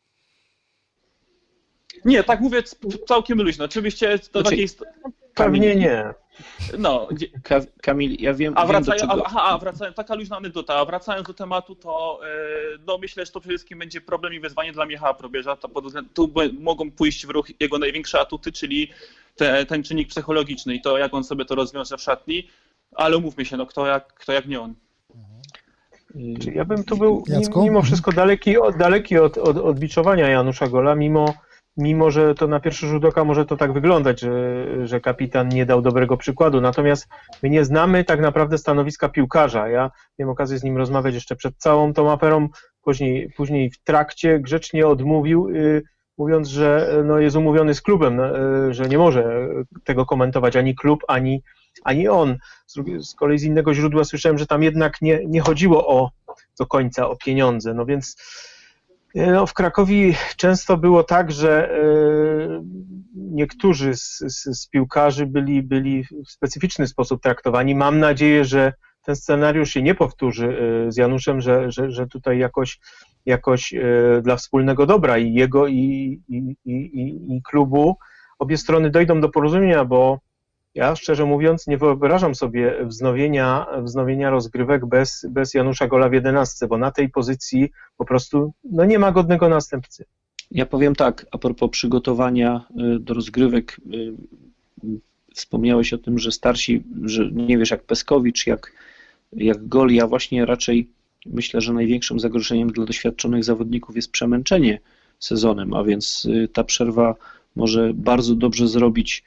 Nie, tak mówię całkiem luźno. Oczywiście to takiej... Pewnie nie. No. Kamil, ja wiem, wracając, taka luźna anegdota, a wracając do tematu, to no myślę, że to przede wszystkim będzie problem i wyzwanie dla Michała Probierza, tu mogą pójść w ruch jego największe atuty, czyli ten czynnik psychologiczny i to, jak on sobie to rozwiąże w szatni, ale umówmy się, no kto jak nie on. Ja bym tu był Jacku? mimo wszystko daleki od biczowania Janusza Gola, mimo że to na pierwszy rzut oka może to tak wyglądać, że kapitan nie dał dobrego przykładu. Natomiast my nie znamy tak naprawdę stanowiska piłkarza. Ja miałem okazję z nim rozmawiać jeszcze przed całą tą aferą, później w trakcie grzecznie odmówił, mówiąc, że no jest umówiony z klubem, że nie może tego komentować ani klub, ani on. Z kolei z innego źródła słyszałem, że tam jednak nie chodziło do końca o pieniądze. No więc w Krakowie często było tak, że niektórzy z piłkarzy byli w specyficzny sposób traktowani. Mam nadzieję, że ten scenariusz się nie powtórzy z Januszem, że tutaj jakoś dla wspólnego dobra i jego i klubu obie strony dojdą do porozumienia, bo ja szczerze mówiąc nie wyobrażam sobie wznowienia rozgrywek bez Janusza Gola w 11, bo na tej pozycji po prostu no nie ma godnego następcy. Ja powiem tak, a propos przygotowania do rozgrywek, wspomniałeś o tym, że starsi, że nie wiesz jak Peskowicz, jak Gol, ja właśnie raczej myślę, że największym zagrożeniem dla doświadczonych zawodników jest przemęczenie sezonem, a więc ta przerwa może bardzo dobrze zrobić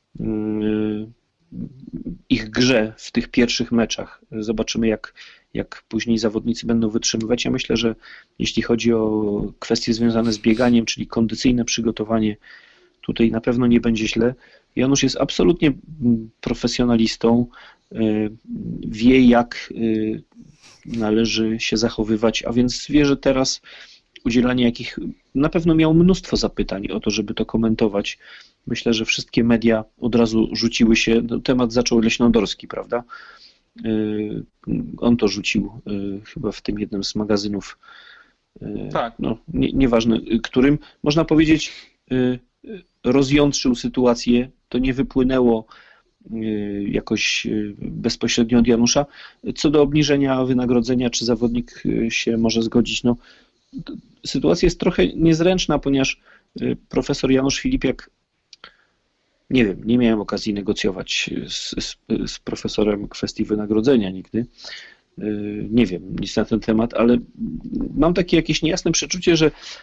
ich grze w tych pierwszych meczach. Zobaczymy, jak później zawodnicy będą wytrzymywać. Ja myślę, że jeśli chodzi o kwestie związane z bieganiem, czyli kondycyjne przygotowanie, tutaj na pewno nie będzie źle. Janusz jest absolutnie profesjonalistą, wie, jak należy się zachowywać, a więc wie, że teraz udzielanie jakich, na pewno miał mnóstwo zapytań o to, żeby to komentować. Myślę, że wszystkie media od razu rzuciły się, temat zaczął Leśnodorski, prawda? On to rzucił chyba w tym jednym z magazynów, Tak. no, nieważne którym, można powiedzieć, rozjątrzył sytuację, to nie wypłynęło jakoś bezpośrednio od Janusza. Co do obniżenia wynagrodzenia, czy zawodnik się może zgodzić, no, sytuacja jest trochę niezręczna, ponieważ profesor Janusz Filipiak, nie wiem, nie miałem okazji negocjować z profesorem kwestii wynagrodzenia nigdy. Nie wiem nic na ten temat, ale mam takie jakieś niejasne przeczucie,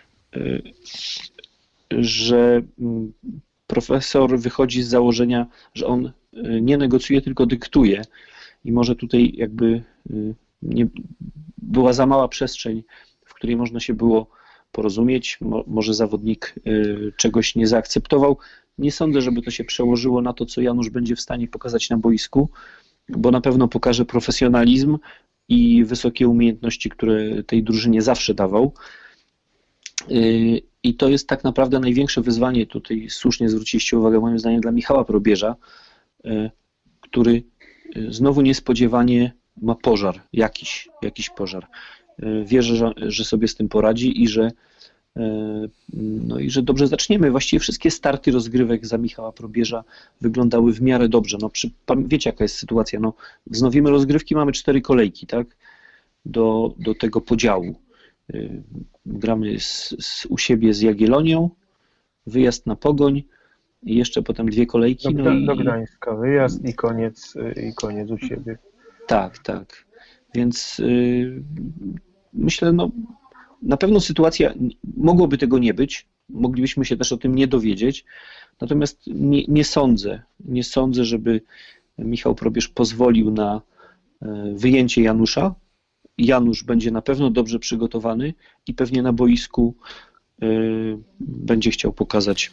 że profesor wychodzi z założenia, że on nie negocjuje, tylko dyktuje i może tutaj jakby nie, była za mała przestrzeń, w której można się było porozumieć, może zawodnik czegoś nie zaakceptował. Nie sądzę, żeby to się przełożyło na to, co Janusz będzie w stanie pokazać na boisku, bo na pewno pokaże profesjonalizm i wysokie umiejętności, które tej drużynie zawsze dawał. I to jest tak naprawdę największe wyzwanie, tutaj słusznie zwróciliście uwagę moim zdaniem, dla Michała Probierza, który znowu niespodziewanie ma pożar, jakiś pożar. Wierzę, że sobie z tym poradzi no i że dobrze zaczniemy. Właściwie wszystkie starty rozgrywek za Michała Probierza wyglądały w miarę dobrze. No, wiecie, jaka jest sytuacja. No, wznowimy rozgrywki, mamy 4 kolejki, tak? Do tego podziału. Gramy u siebie z Jagiellonią, wyjazd na Pogoń i jeszcze potem 2 kolejki. Do Gdańska wyjazd i koniec u siebie. Tak. Więc myślę, no na pewno sytuacja, mogłoby tego nie być, moglibyśmy się też o tym nie dowiedzieć, natomiast nie sądzę, żeby Michał Probierz pozwolił na wyjęcie Janusza. Janusz będzie na pewno dobrze przygotowany i pewnie na boisku będzie chciał pokazać.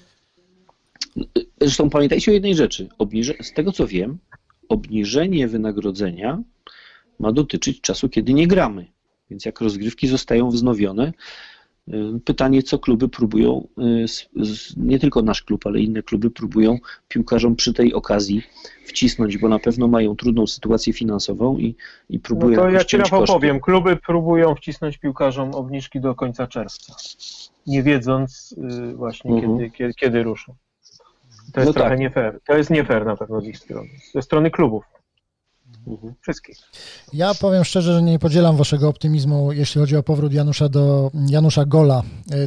Zresztą pamiętajcie o jednej rzeczy. Z tego co wiem, obniżenie wynagrodzenia ma dotyczyć czasu, kiedy nie gramy. Więc jak rozgrywki zostają wznowione, pytanie, co kluby próbują, nie tylko nasz klub, ale inne kluby próbują piłkarzom przy tej okazji wcisnąć, bo na pewno mają trudną sytuację finansową i próbują no to jakoś ja Ci, ciąć Rafał, koszty. powiem, kluby próbują wcisnąć piłkarzom obniżki do końca czerwca, nie wiedząc właśnie kiedy ruszą. To jest trochę nie fair. To jest nie fair na pewno z ich strony, ze strony klubów. Wszystkich. Ja powiem szczerze, że nie podzielam waszego optymizmu, jeśli chodzi o powrót Janusza Gola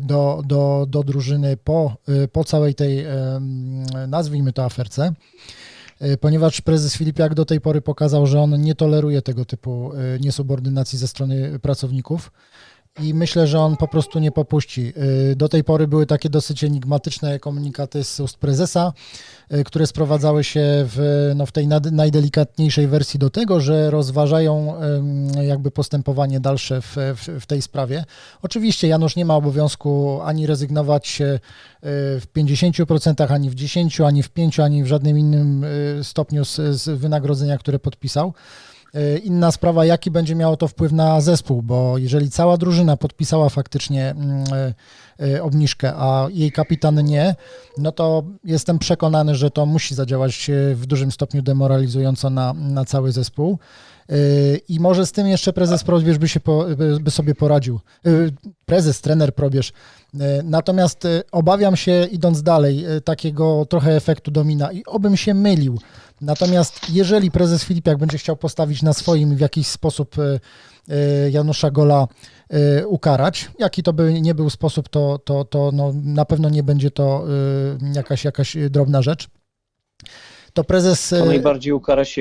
do drużyny po całej tej, nazwijmy to, aferce, ponieważ prezes Filipiak do tej pory pokazał, że on nie toleruje tego typu niesubordynacji ze strony pracowników. I myślę, że on po prostu nie popuści. Do tej pory były takie dosyć enigmatyczne komunikaty z ust prezesa, które sprowadzały się w tej najdelikatniejszej wersji do tego, że rozważają jakby postępowanie dalsze w tej sprawie. Oczywiście Janusz nie ma obowiązku ani rezygnować w 50%, ani w 10%, ani w 5%, ani w żadnym innym stopniu z wynagrodzenia, które podpisał. Inna sprawa, jaki będzie miało to wpływ na zespół, bo jeżeli cała drużyna podpisała faktycznie obniżkę, a jej kapitan nie, no to jestem przekonany, że to musi zadziałać w dużym stopniu demoralizująco na cały zespół. I może z tym jeszcze prezes Probierz by sobie poradził. Trener Probierz. Natomiast obawiam się, idąc dalej, takiego trochę efektu domina i obym się mylił. Natomiast jeżeli prezes Filipiak będzie chciał postawić na swoim i w jakiś sposób Janusza Gola ukarać, jaki to by nie był sposób, to no, na pewno nie będzie to jakaś drobna rzecz. To prezes... To najbardziej ukara siebie.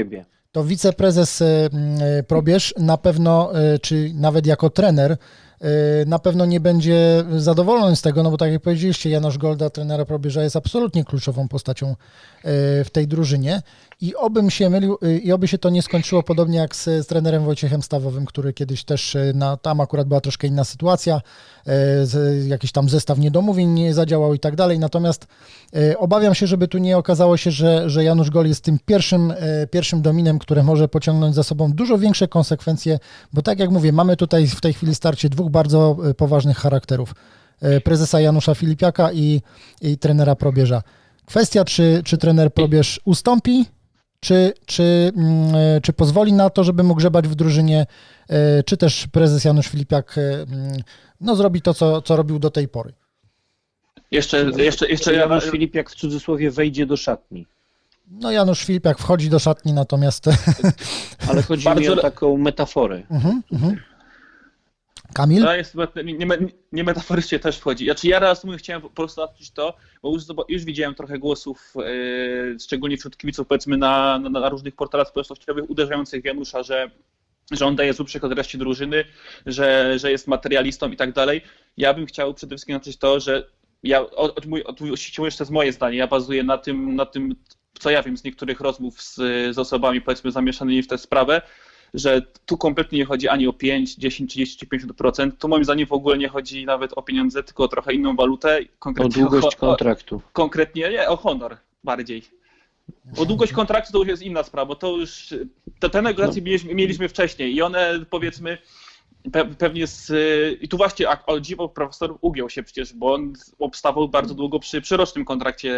to wiceprezes Probierz na pewno, czy nawet jako trener, na pewno nie będzie zadowolony z tego, no bo tak jak powiedzieliście, Janusz Golda, trenera Probierza, jest absolutnie kluczową postacią w tej drużynie i obym się mylił i oby się to nie skończyło podobnie jak z trenerem Wojciechem Stawowym, który kiedyś też, tam akurat była troszkę inna sytuacja, jakiś tam zestaw niedomówień nie zadziałał i tak dalej, natomiast obawiam się, żeby tu nie okazało się, że Janusz Gol jest tym pierwszym dominem, które może pociągnąć za sobą dużo większe konsekwencje, bo tak jak mówię, mamy tutaj w tej chwili starcie dwóch bardzo poważnych charakterów. Prezesa Janusza Filipiaka i trenera Probierza. Kwestia, czy trener Probierz ustąpi, czy pozwoli na to, żeby mógł grzebać w drużynie, czy też prezes Janusz Filipiak zrobi to, co robił do tej pory. Jeszcze Janusz Filipiak w cudzysłowie wejdzie do szatni. No Janusz Filipiak wchodzi do szatni, natomiast... Ale chodzi mi o taką metaforę. Kamil? To jest nie metaforycznie też wchodzi. Znaczy ja reasumuję, chciałem po prostu napisać to, bo już widziałem trochę głosów, szczególnie wśród kibiców, powiedzmy na różnych portalach społecznościowych, uderzających w Janusza, że on daje zły przykład reszcie drużyny, że jest materialistą i tak dalej. Ja bym chciał przede wszystkim napisać to, że oczywiście jeszcze jest moje zdanie, ja bazuję na tym, co ja wiem z niektórych rozmów z osobami, powiedzmy, zamieszanymi w tę sprawę, że tu kompletnie nie chodzi ani o 5, 10, 30 czy 50%. Tu moim zdaniem w ogóle nie chodzi nawet o pieniądze, tylko o trochę inną walutę. O długość kontraktu. Konkretnie nie, o honor bardziej. Bo długość kontraktu to już jest inna sprawa, bo to już te negocjacje mieliśmy wcześniej i one, powiedzmy, pewnie i tu właśnie o dziwo profesor ugiął się przecież, bo on obstawał bardzo długo przy rocznym kontrakcie,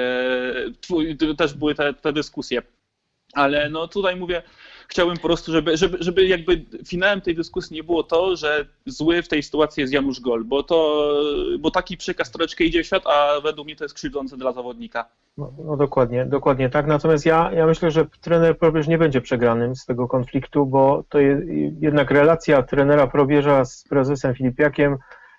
też były te dyskusje. Ale no tutaj mówię, chciałbym po prostu, żeby jakby finałem tej dyskusji nie było to, że zły w tej sytuacji jest Janusz Gol, bo taki przekaz troszeczkę idzie w świat, a według mnie to jest krzywdzące dla zawodnika. No dokładnie tak. Natomiast ja myślę, że trener Probierz nie będzie przegranym z tego konfliktu, bo to jest jednak relacja trenera Probierza z prezesem Filipiakiem,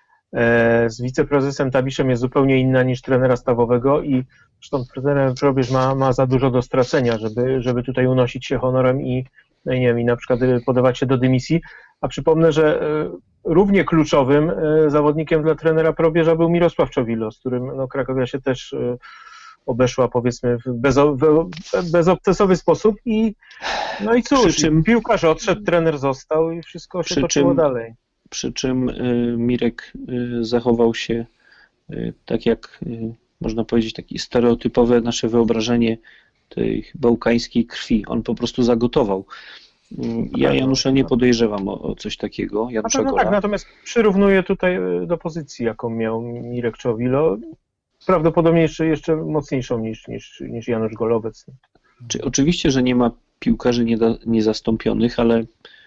z wiceprezesem Tabiszem jest zupełnie inna niż trenera Stawowego i zresztą trener Probierz ma za dużo do stracenia, żeby tutaj unosić się honorem i nie wiem, i na przykład podawać się do dymisji. A przypomnę, że równie kluczowym zawodnikiem dla trenera Probierza był Mirosław Czowilo, z którym Krakowia się też obeszła, powiedzmy, w bezobcesowy sposób i no i cóż, piłkarz odszedł, trener został i wszystko się toczyło dalej. Przy czym Mirek zachował się tak jak można powiedzieć, takie stereotypowe nasze wyobrażenie tej bałkańskiej krwi. On po prostu zagotował. Ja Janusza nie podejrzewam o coś takiego, Janusza Gola. Tak, natomiast przyrównuję tutaj do pozycji, jaką miał Mirek Czowilo, prawdopodobnie jeszcze mocniejszą niż Janusz Gol obecny. Oczywiście, że nie ma piłkarzy niezastąpionych, ale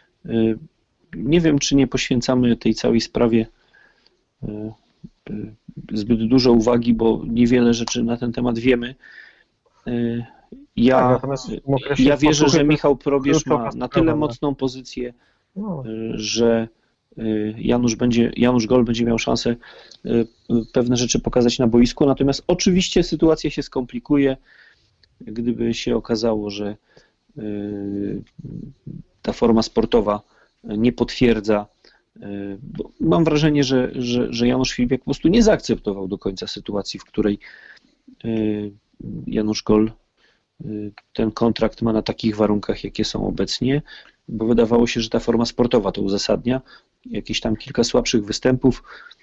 nie wiem, czy nie poświęcamy tej całej sprawie zbyt dużo uwagi, bo niewiele rzeczy na ten temat wiemy. Ja wierzę, że Michał Probierz ma na tyle mocną pozycję, że Janusz Gol będzie miał szansę pewne rzeczy pokazać na boisku, natomiast oczywiście sytuacja się skomplikuje, gdyby się okazało, że ta forma sportowa nie potwierdza. Bo mam wrażenie, że Janusz Filipiak po prostu nie zaakceptował do końca sytuacji, w której Janusz Gol ten kontrakt ma na takich warunkach, jakie są obecnie, bo wydawało się, że ta forma sportowa to uzasadnia. Jakieś tam kilka słabszych występów,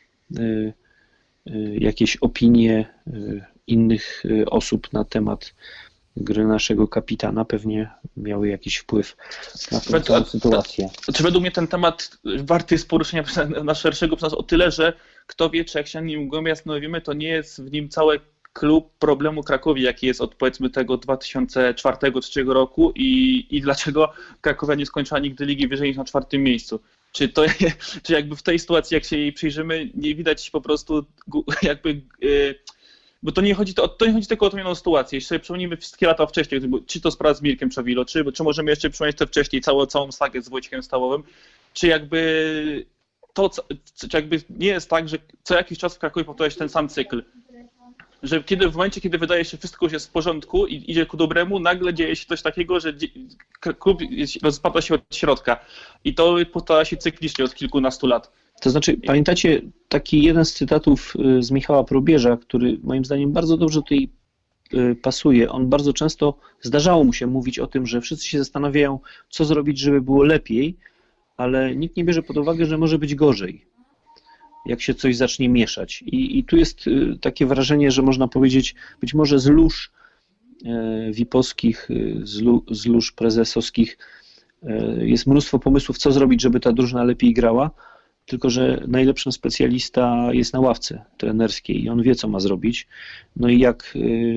jakieś opinie innych osób na temat gry naszego kapitana pewnie miały jakiś wpływ na tę sytuację. Czy według mnie ten temat warty jest poruszenia na szerszego przez nas o tyle, że kto wie, czy jak się nim głębiej wiemy, to nie jest w nim cały klub problemu Krakowi, jaki jest od powiedzmy tego 2004-2003 roku i dlaczego Krakowia nie skończyła nigdy ligi wyżej niż na 4. miejscu. Czy jakby w tej sytuacji, jak się jej przyjrzymy, nie widać po prostu jakby... Bo to nie chodzi tylko o tą jedną sytuację. Jeśli sobie przypomnimy wszystkie lata wcześniej, czy to sprawa z Mirkiem Czowilo, czy możemy jeszcze przypomnieć te wcześniej całą sagę z Wojciechem Stawowym, czy jakby to, czy jakby nie jest tak, że co jakiś czas w Krakowie powtarza się ten sam cykl. że w momencie, kiedy wydaje się, że wszystko już jest w porządku i idzie ku dobremu, nagle dzieje się coś takiego, że klub rozpada się od środka. I to powtarza się cyklicznie od kilkunastu lat. To znaczy, pamiętacie taki jeden z cytatów z Michała Probierza, który moim zdaniem bardzo dobrze tutaj pasuje. On bardzo często, zdarzało mu się mówić o tym, że wszyscy się zastanawiają, co zrobić, żeby było lepiej, ale nikt nie bierze pod uwagę, że może być gorzej, jak się coś zacznie mieszać. I tu jest takie wrażenie, że można powiedzieć, być może z lóż VIP-owskich, z lóż prezesowskich jest mnóstwo pomysłów, co zrobić, żeby ta drużyna lepiej grała, tylko że najlepszym specjalista jest na ławce trenerskiej i on wie, co ma zrobić. No i jak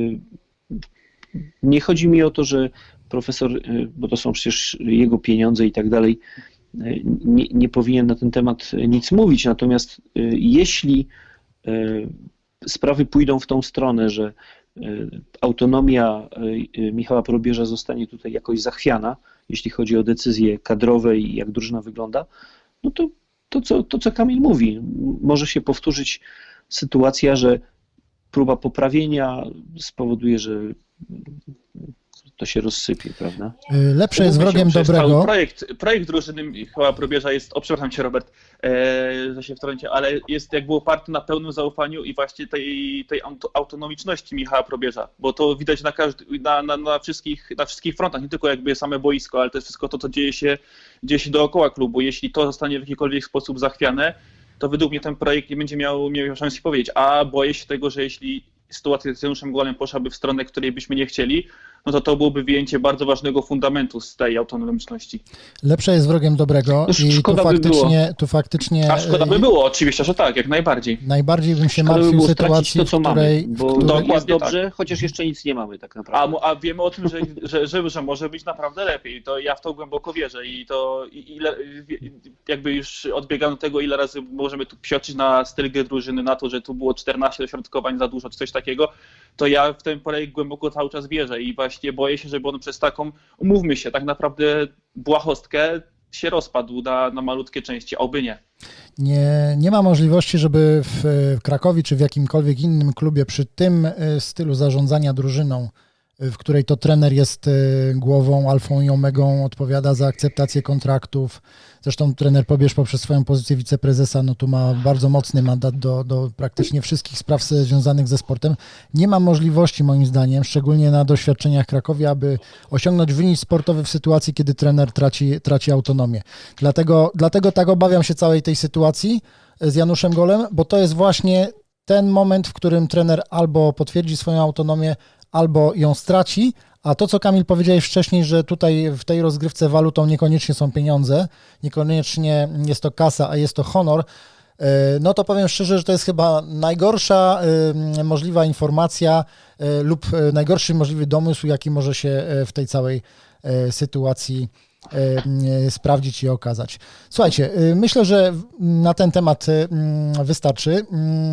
nie chodzi mi o to, że profesor, bo to są przecież jego pieniądze i tak dalej, nie powinien na ten temat nic mówić, natomiast jeśli sprawy pójdą w tą stronę, że autonomia Michała Probierza zostanie tutaj jakoś zachwiana, jeśli chodzi o decyzje kadrowe i jak drużyna wygląda, no to co Kamil mówi, może się powtórzyć sytuacja, że próba poprawienia spowoduje, że to się rozsypie, prawda? Lepsze jest wrogiem dobrego. Projekt drużyny Michała Probierza jest, przepraszam cię Robert, że się wtrącię, ale jest jakby oparty na pełnym zaufaniu i właśnie tej autonomiczności Michała Probierza, bo to widać na wszystkich frontach, nie tylko jakby same boisko, ale też wszystko to, co dzieje się dookoła klubu. Jeśli to zostanie w jakikolwiek sposób zachwiane, to według mnie ten projekt nie będzie miał szansy powiedzieć, a boję się tego, że jeśli sytuacja z Januszem Golem poszłaby w stronę, której byśmy nie chcieli, no to byłoby wyjęcie bardzo ważnego fundamentu z tej autonomiczności. Lepsze jest wrogiem dobrego No, i tu faktycznie... A szkoda by było, oczywiście, że tak, jak najbardziej. Najbardziej bym się Szkoda by martwił było sytuacji, to, co mamy, bo Dokładnie jest dobrze, tak. chociaż jeszcze nic nie mamy tak naprawdę. A wiemy o tym, że może być naprawdę lepiej. To ja w to głęboko wierzę i jakby już odbiegam do tego, ile razy możemy tu psioczyć na styl gry drużyny, na to, że tu było 14 dośrodkowań za dużo, czy coś takiego, to ja w ten projekt głęboko cały czas wierzę i właśnie boję się, żeby on przez taką, umówmy się, tak naprawdę błahostkę się rozpadł na malutkie części, oby nie. Nie ma możliwości, żeby w Krakowie czy w jakimkolwiek innym klubie przy tym stylu zarządzania drużyną, w której to trener jest głową, alfą i omegą, odpowiada za akceptację kontraktów. Zresztą trener Probierz poprzez swoją pozycję wiceprezesa, no tu ma bardzo mocny mandat do praktycznie wszystkich spraw związanych ze sportem. Nie ma możliwości, moim zdaniem, szczególnie na doświadczeniach Krakowie, aby osiągnąć wynik sportowy w sytuacji, kiedy trener traci autonomię. Dlatego tak obawiam się całej tej sytuacji z Januszem Golem, bo to jest właśnie ten moment, w którym trener albo potwierdzi swoją autonomię, albo ją straci, a to, co Kamil powiedziałeś wcześniej, że tutaj w tej rozgrywce walutą niekoniecznie są pieniądze, niekoniecznie jest to kasa, a jest to honor, no to powiem szczerze, że to jest chyba najgorsza możliwa informacja lub najgorszy możliwy domysł, jaki może się w tej całej sytuacji sprawdzić i okazać. Słuchajcie, myślę, że na ten temat wystarczy.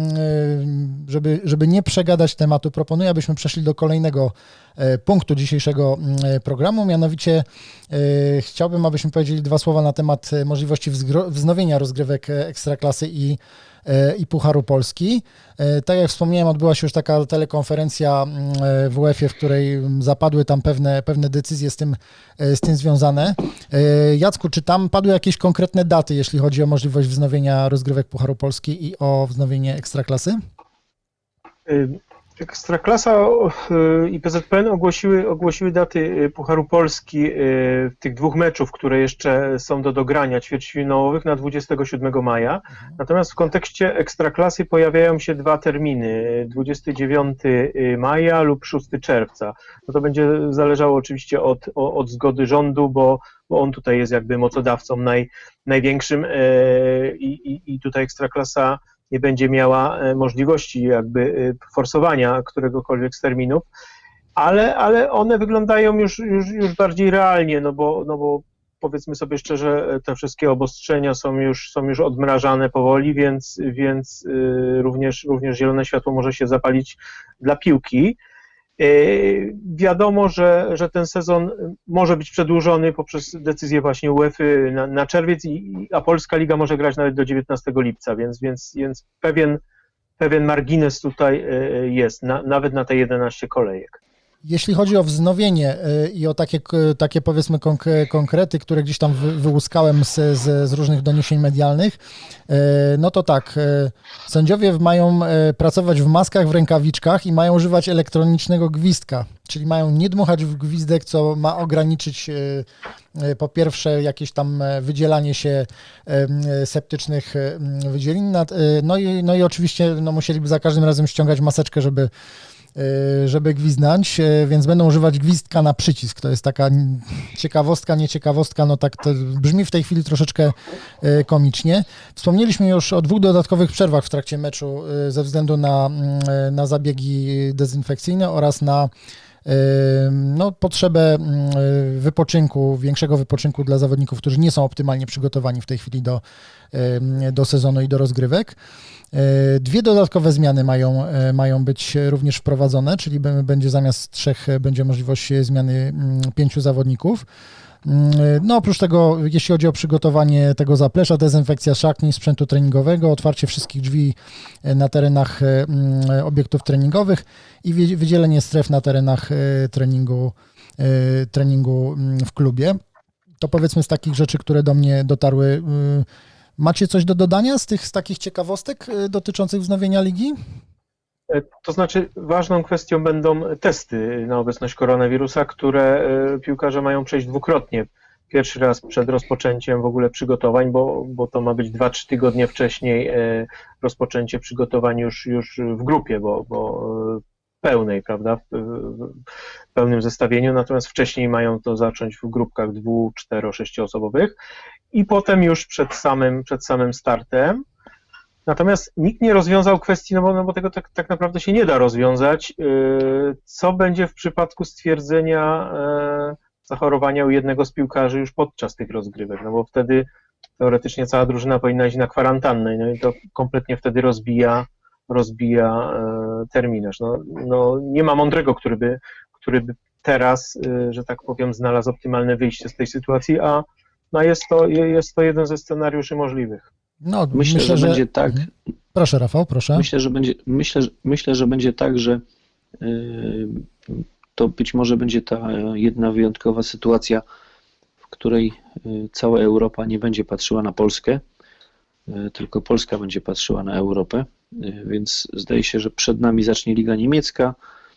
Żeby nie przegadać tematu, proponuję, abyśmy przeszli do kolejnego punktu dzisiejszego programu, mianowicie chciałbym, abyśmy powiedzieli dwa słowa na temat możliwości wznowienia rozgrywek Ekstraklasy i Pucharu Polski. Tak jak wspomniałem, odbyła się już taka telekonferencja w UEFA, w której zapadły tam pewne decyzje z tym związane. Jacku, czy tam padły jakieś konkretne daty, jeśli chodzi o możliwość wznowienia rozgrywek Pucharu Polski i o wznowienie Ekstraklasy? Ekstraklasa i PZPN ogłosiły daty Pucharu Polski tych dwóch meczów, które jeszcze są do dogrania ćwierćfinałowych na 27 maja. Natomiast w kontekście Ekstraklasy pojawiają się dwa terminy, 29 maja lub 6 czerwca. No to będzie zależało oczywiście od zgody rządu, bo on tutaj jest jakby mocodawcą największym i tutaj Ekstraklasa nie będzie miała możliwości jakby forsowania któregokolwiek z terminów, ale one wyglądają już bardziej realnie, no bo powiedzmy sobie szczerze, te wszystkie obostrzenia są już odmrażane powoli, więc również zielone światło może się zapalić dla piłki. Wiadomo, że ten sezon może być przedłużony poprzez decyzję właśnie UEFA na czerwiec, a Polska Liga może grać nawet do 19 lipca, więc pewien pewien margines tutaj jest, nawet na te 11 kolejek. Jeśli chodzi o wznowienie i o takie powiedzmy konkrety, które gdzieś tam wyłuskałem z różnych doniesień medialnych, no to tak, sędziowie mają pracować w maskach, w rękawiczkach i mają używać elektronicznego gwizdka, czyli mają nie dmuchać w gwizdek, co ma ograniczyć po pierwsze jakieś tam wydzielanie się septycznych wydzielin, no i oczywiście musieliby za każdym razem ściągać maseczkę, żeby gwizdnąć, więc będą używać gwizdka na przycisk. To jest taka ciekawostka, nie ciekawostka, no tak to brzmi w tej chwili troszeczkę komicznie. Wspomnieliśmy już o 2 dodatkowych przerwach w trakcie meczu ze względu na zabiegi dezynfekcyjne oraz na potrzebę wypoczynku, większego wypoczynku dla zawodników, którzy nie są optymalnie przygotowani w tej chwili do sezonu i do rozgrywek. 2 dodatkowe zmiany mają być również wprowadzone, czyli będzie zamiast 3 będzie możliwość zmiany 5 zawodników. No oprócz tego, jeśli chodzi o przygotowanie tego zaplecza, dezynfekcja szatni, sprzętu treningowego, otwarcie wszystkich drzwi na terenach obiektów treningowych i wydzielenie stref na terenach treningu w klubie. To powiedzmy z takich rzeczy, które do mnie dotarły. Macie coś do dodania z takich ciekawostek dotyczących wznowienia ligi? To znaczy ważną kwestią będą testy na obecność koronawirusa, które piłkarze mają przejść dwukrotnie. Pierwszy raz przed rozpoczęciem w ogóle przygotowań, bo to ma być 2-3 tygodnie wcześniej rozpoczęcie przygotowań już w grupie, bo pełnej, prawda, w pełnym zestawieniu, natomiast wcześniej mają to zacząć w grupkach 2-, 4-, 6-osobowych i potem już przed samym startem. Natomiast nikt nie rozwiązał kwestii, no bo tego tak naprawdę się nie da rozwiązać, co będzie w przypadku stwierdzenia zachorowania u jednego z piłkarzy już podczas tych rozgrywek, no bo wtedy teoretycznie cała drużyna powinna iść na kwarantannę, no i to kompletnie wtedy rozbija terminarz. No nie ma mądrego, który by teraz, że tak powiem, znalazł optymalne wyjście z tej sytuacji, a no jest to jeden ze scenariuszy możliwych. No, myślę, że będzie tak. Proszę, Rafał, proszę. Myślę, że będzie tak, że to być może będzie ta jedna wyjątkowa sytuacja, w której cała Europa nie będzie patrzyła na Polskę, tylko Polska będzie patrzyła na Europę, więc zdaje się, że przed nami zacznie Liga Niemiecka,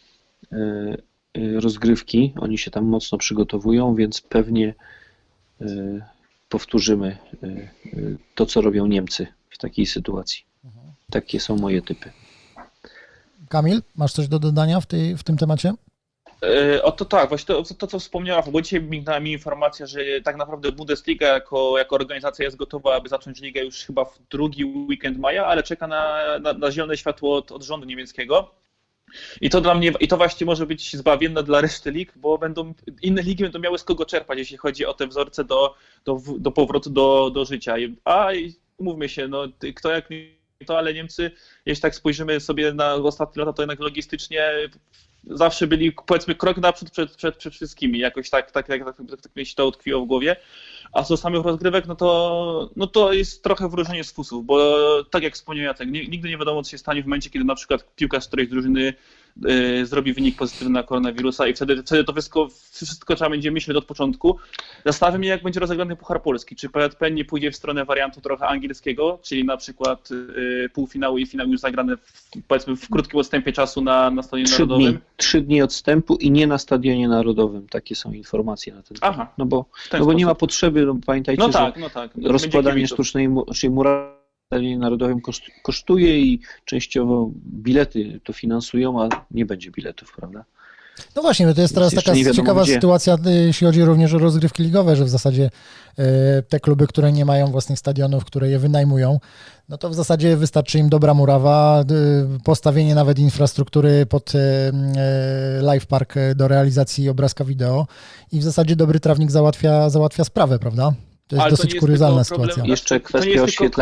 rozgrywki, oni się tam mocno przygotowują, więc pewnie powtórzymy to, co robią Niemcy w takiej sytuacji. Takie są moje typy. Kamil, masz coś do dodania w tym temacie? Oto tak, właśnie to co wspomniała, bo dzisiaj mignęła mi informacja, że tak naprawdę Bundesliga jako organizacja jest gotowa, aby zacząć ligę już chyba w drugi weekend maja, ale czeka na zielone światło od rządu niemieckiego. I to dla mnie, i to właśnie może być zbawienne dla reszty lig, bo inne ligi będą miały z kogo czerpać, jeśli chodzi o te wzorce do powrotu do życia. A mówmy się, no kto jak nie to, ale Niemcy, jeśli tak spojrzymy sobie na ostatnie lata, to jednak logistycznie zawsze byli, powiedzmy, krok naprzód przed wszystkimi, jakoś tak mi się to utkwiło w głowie. A co do samych rozgrywek, no to jest trochę wróżenie z fusów, bo tak jak wspomniał Jacek, nigdy nie wiadomo, co się stanie w momencie, kiedy na przykład piłkarz którejś drużyny zrobi wynik pozytywny na koronawirusa i wtedy to wszystko trzeba będzie myśleć od początku. Zastanawiam się, jak będzie rozegrany Puchar Polski. Czy PLP nie pójdzie w stronę wariantu trochę angielskiego, czyli na przykład półfinał i finał już zagrane powiedzmy w krótkim odstępie czasu na Stadionie Narodowym? 3 dni odstępu i nie na Stadionie Narodowym. Takie są informacje na ten temat. No bo nie ma potrzeby, pamiętajcie, że rozkładanie sztucznej murawy w Stadionie Narodowym kosztuje i częściowo bilety to finansują, a nie będzie biletów, prawda? No właśnie, to jest teraz taka ciekawa sytuacja, jeśli chodzi również o rozgrywki ligowe, że w zasadzie te kluby, które nie mają własnych stadionów, które je wynajmują, no to w zasadzie wystarczy im dobra murawa, postawienie nawet infrastruktury pod live park do realizacji obrazka wideo i w zasadzie dobry trawnik załatwia sprawę, prawda? To jest dosyć kuriozalna sytuacja. Jeszcze kwestia oświetlenia.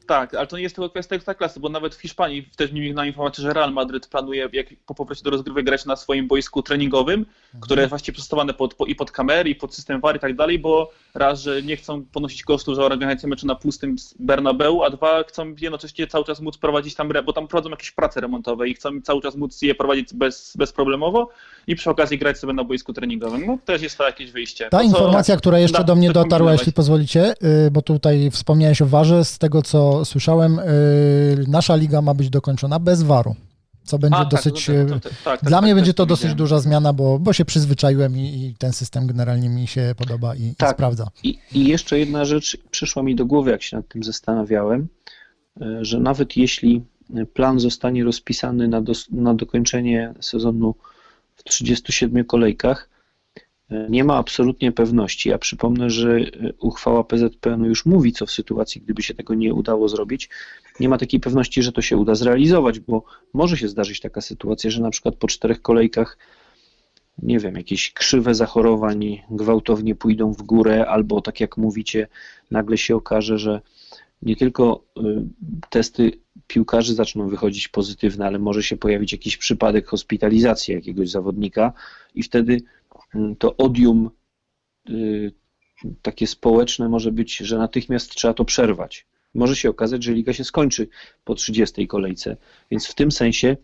Tak, ale to nie jest tylko kwestia Ekstraklasy, bo nawet w Hiszpanii też mi mignęła informacja, że Real Madryt planuje po powrocie do rozgrywek grać na swoim boisku treningowym, które jest właściwie przystosowane pod kamery i pod system VAR i tak dalej, bo raz, że nie chcą ponosić kosztów za organizację meczu na pustym Bernabeu, a dwa, chcą jednocześnie cały czas móc prowadzić tam, bo tam prowadzą jakieś prace remontowe i chcą cały czas móc je prowadzić bezproblemowo i przy okazji grać sobie na boisku treningowym. No też jest to jakieś wyjście. Ta informacja, która jeszcze do mnie dotarła, jeśli pozwolicie, bo tutaj wspomniałeś o VAR-ze, z tego co słyszałem, nasza liga ma być dokończona bez VAR-u, co będzie dosyć... Dla mnie będzie to dosyć duża zmiana, bo się przyzwyczaiłem i ten system generalnie mi się podoba i sprawdza. I jeszcze jedna rzecz przyszła mi do głowy, jak się nad tym zastanawiałem, że nawet jeśli plan zostanie rozpisany na dokończenie sezonu w 37 kolejkach, nie ma absolutnie pewności. Ja przypomnę, że uchwała PZPN już mówi, co w sytuacji, gdyby się tego nie udało zrobić. Nie ma takiej pewności, że to się uda zrealizować, bo może się zdarzyć taka sytuacja, że na przykład po 4 kolejkach, nie wiem, jakieś krzywe zachorowań gwałtownie pójdą w górę, albo tak jak mówicie, nagle się okaże, że nie tylko testy piłkarzy zaczną wychodzić pozytywne, ale może się pojawić jakiś przypadek hospitalizacji jakiegoś zawodnika i wtedy to odium takie społeczne może być, że natychmiast trzeba to przerwać. Może się okazać, że liga się skończy po 30 kolejce, więc w tym sensie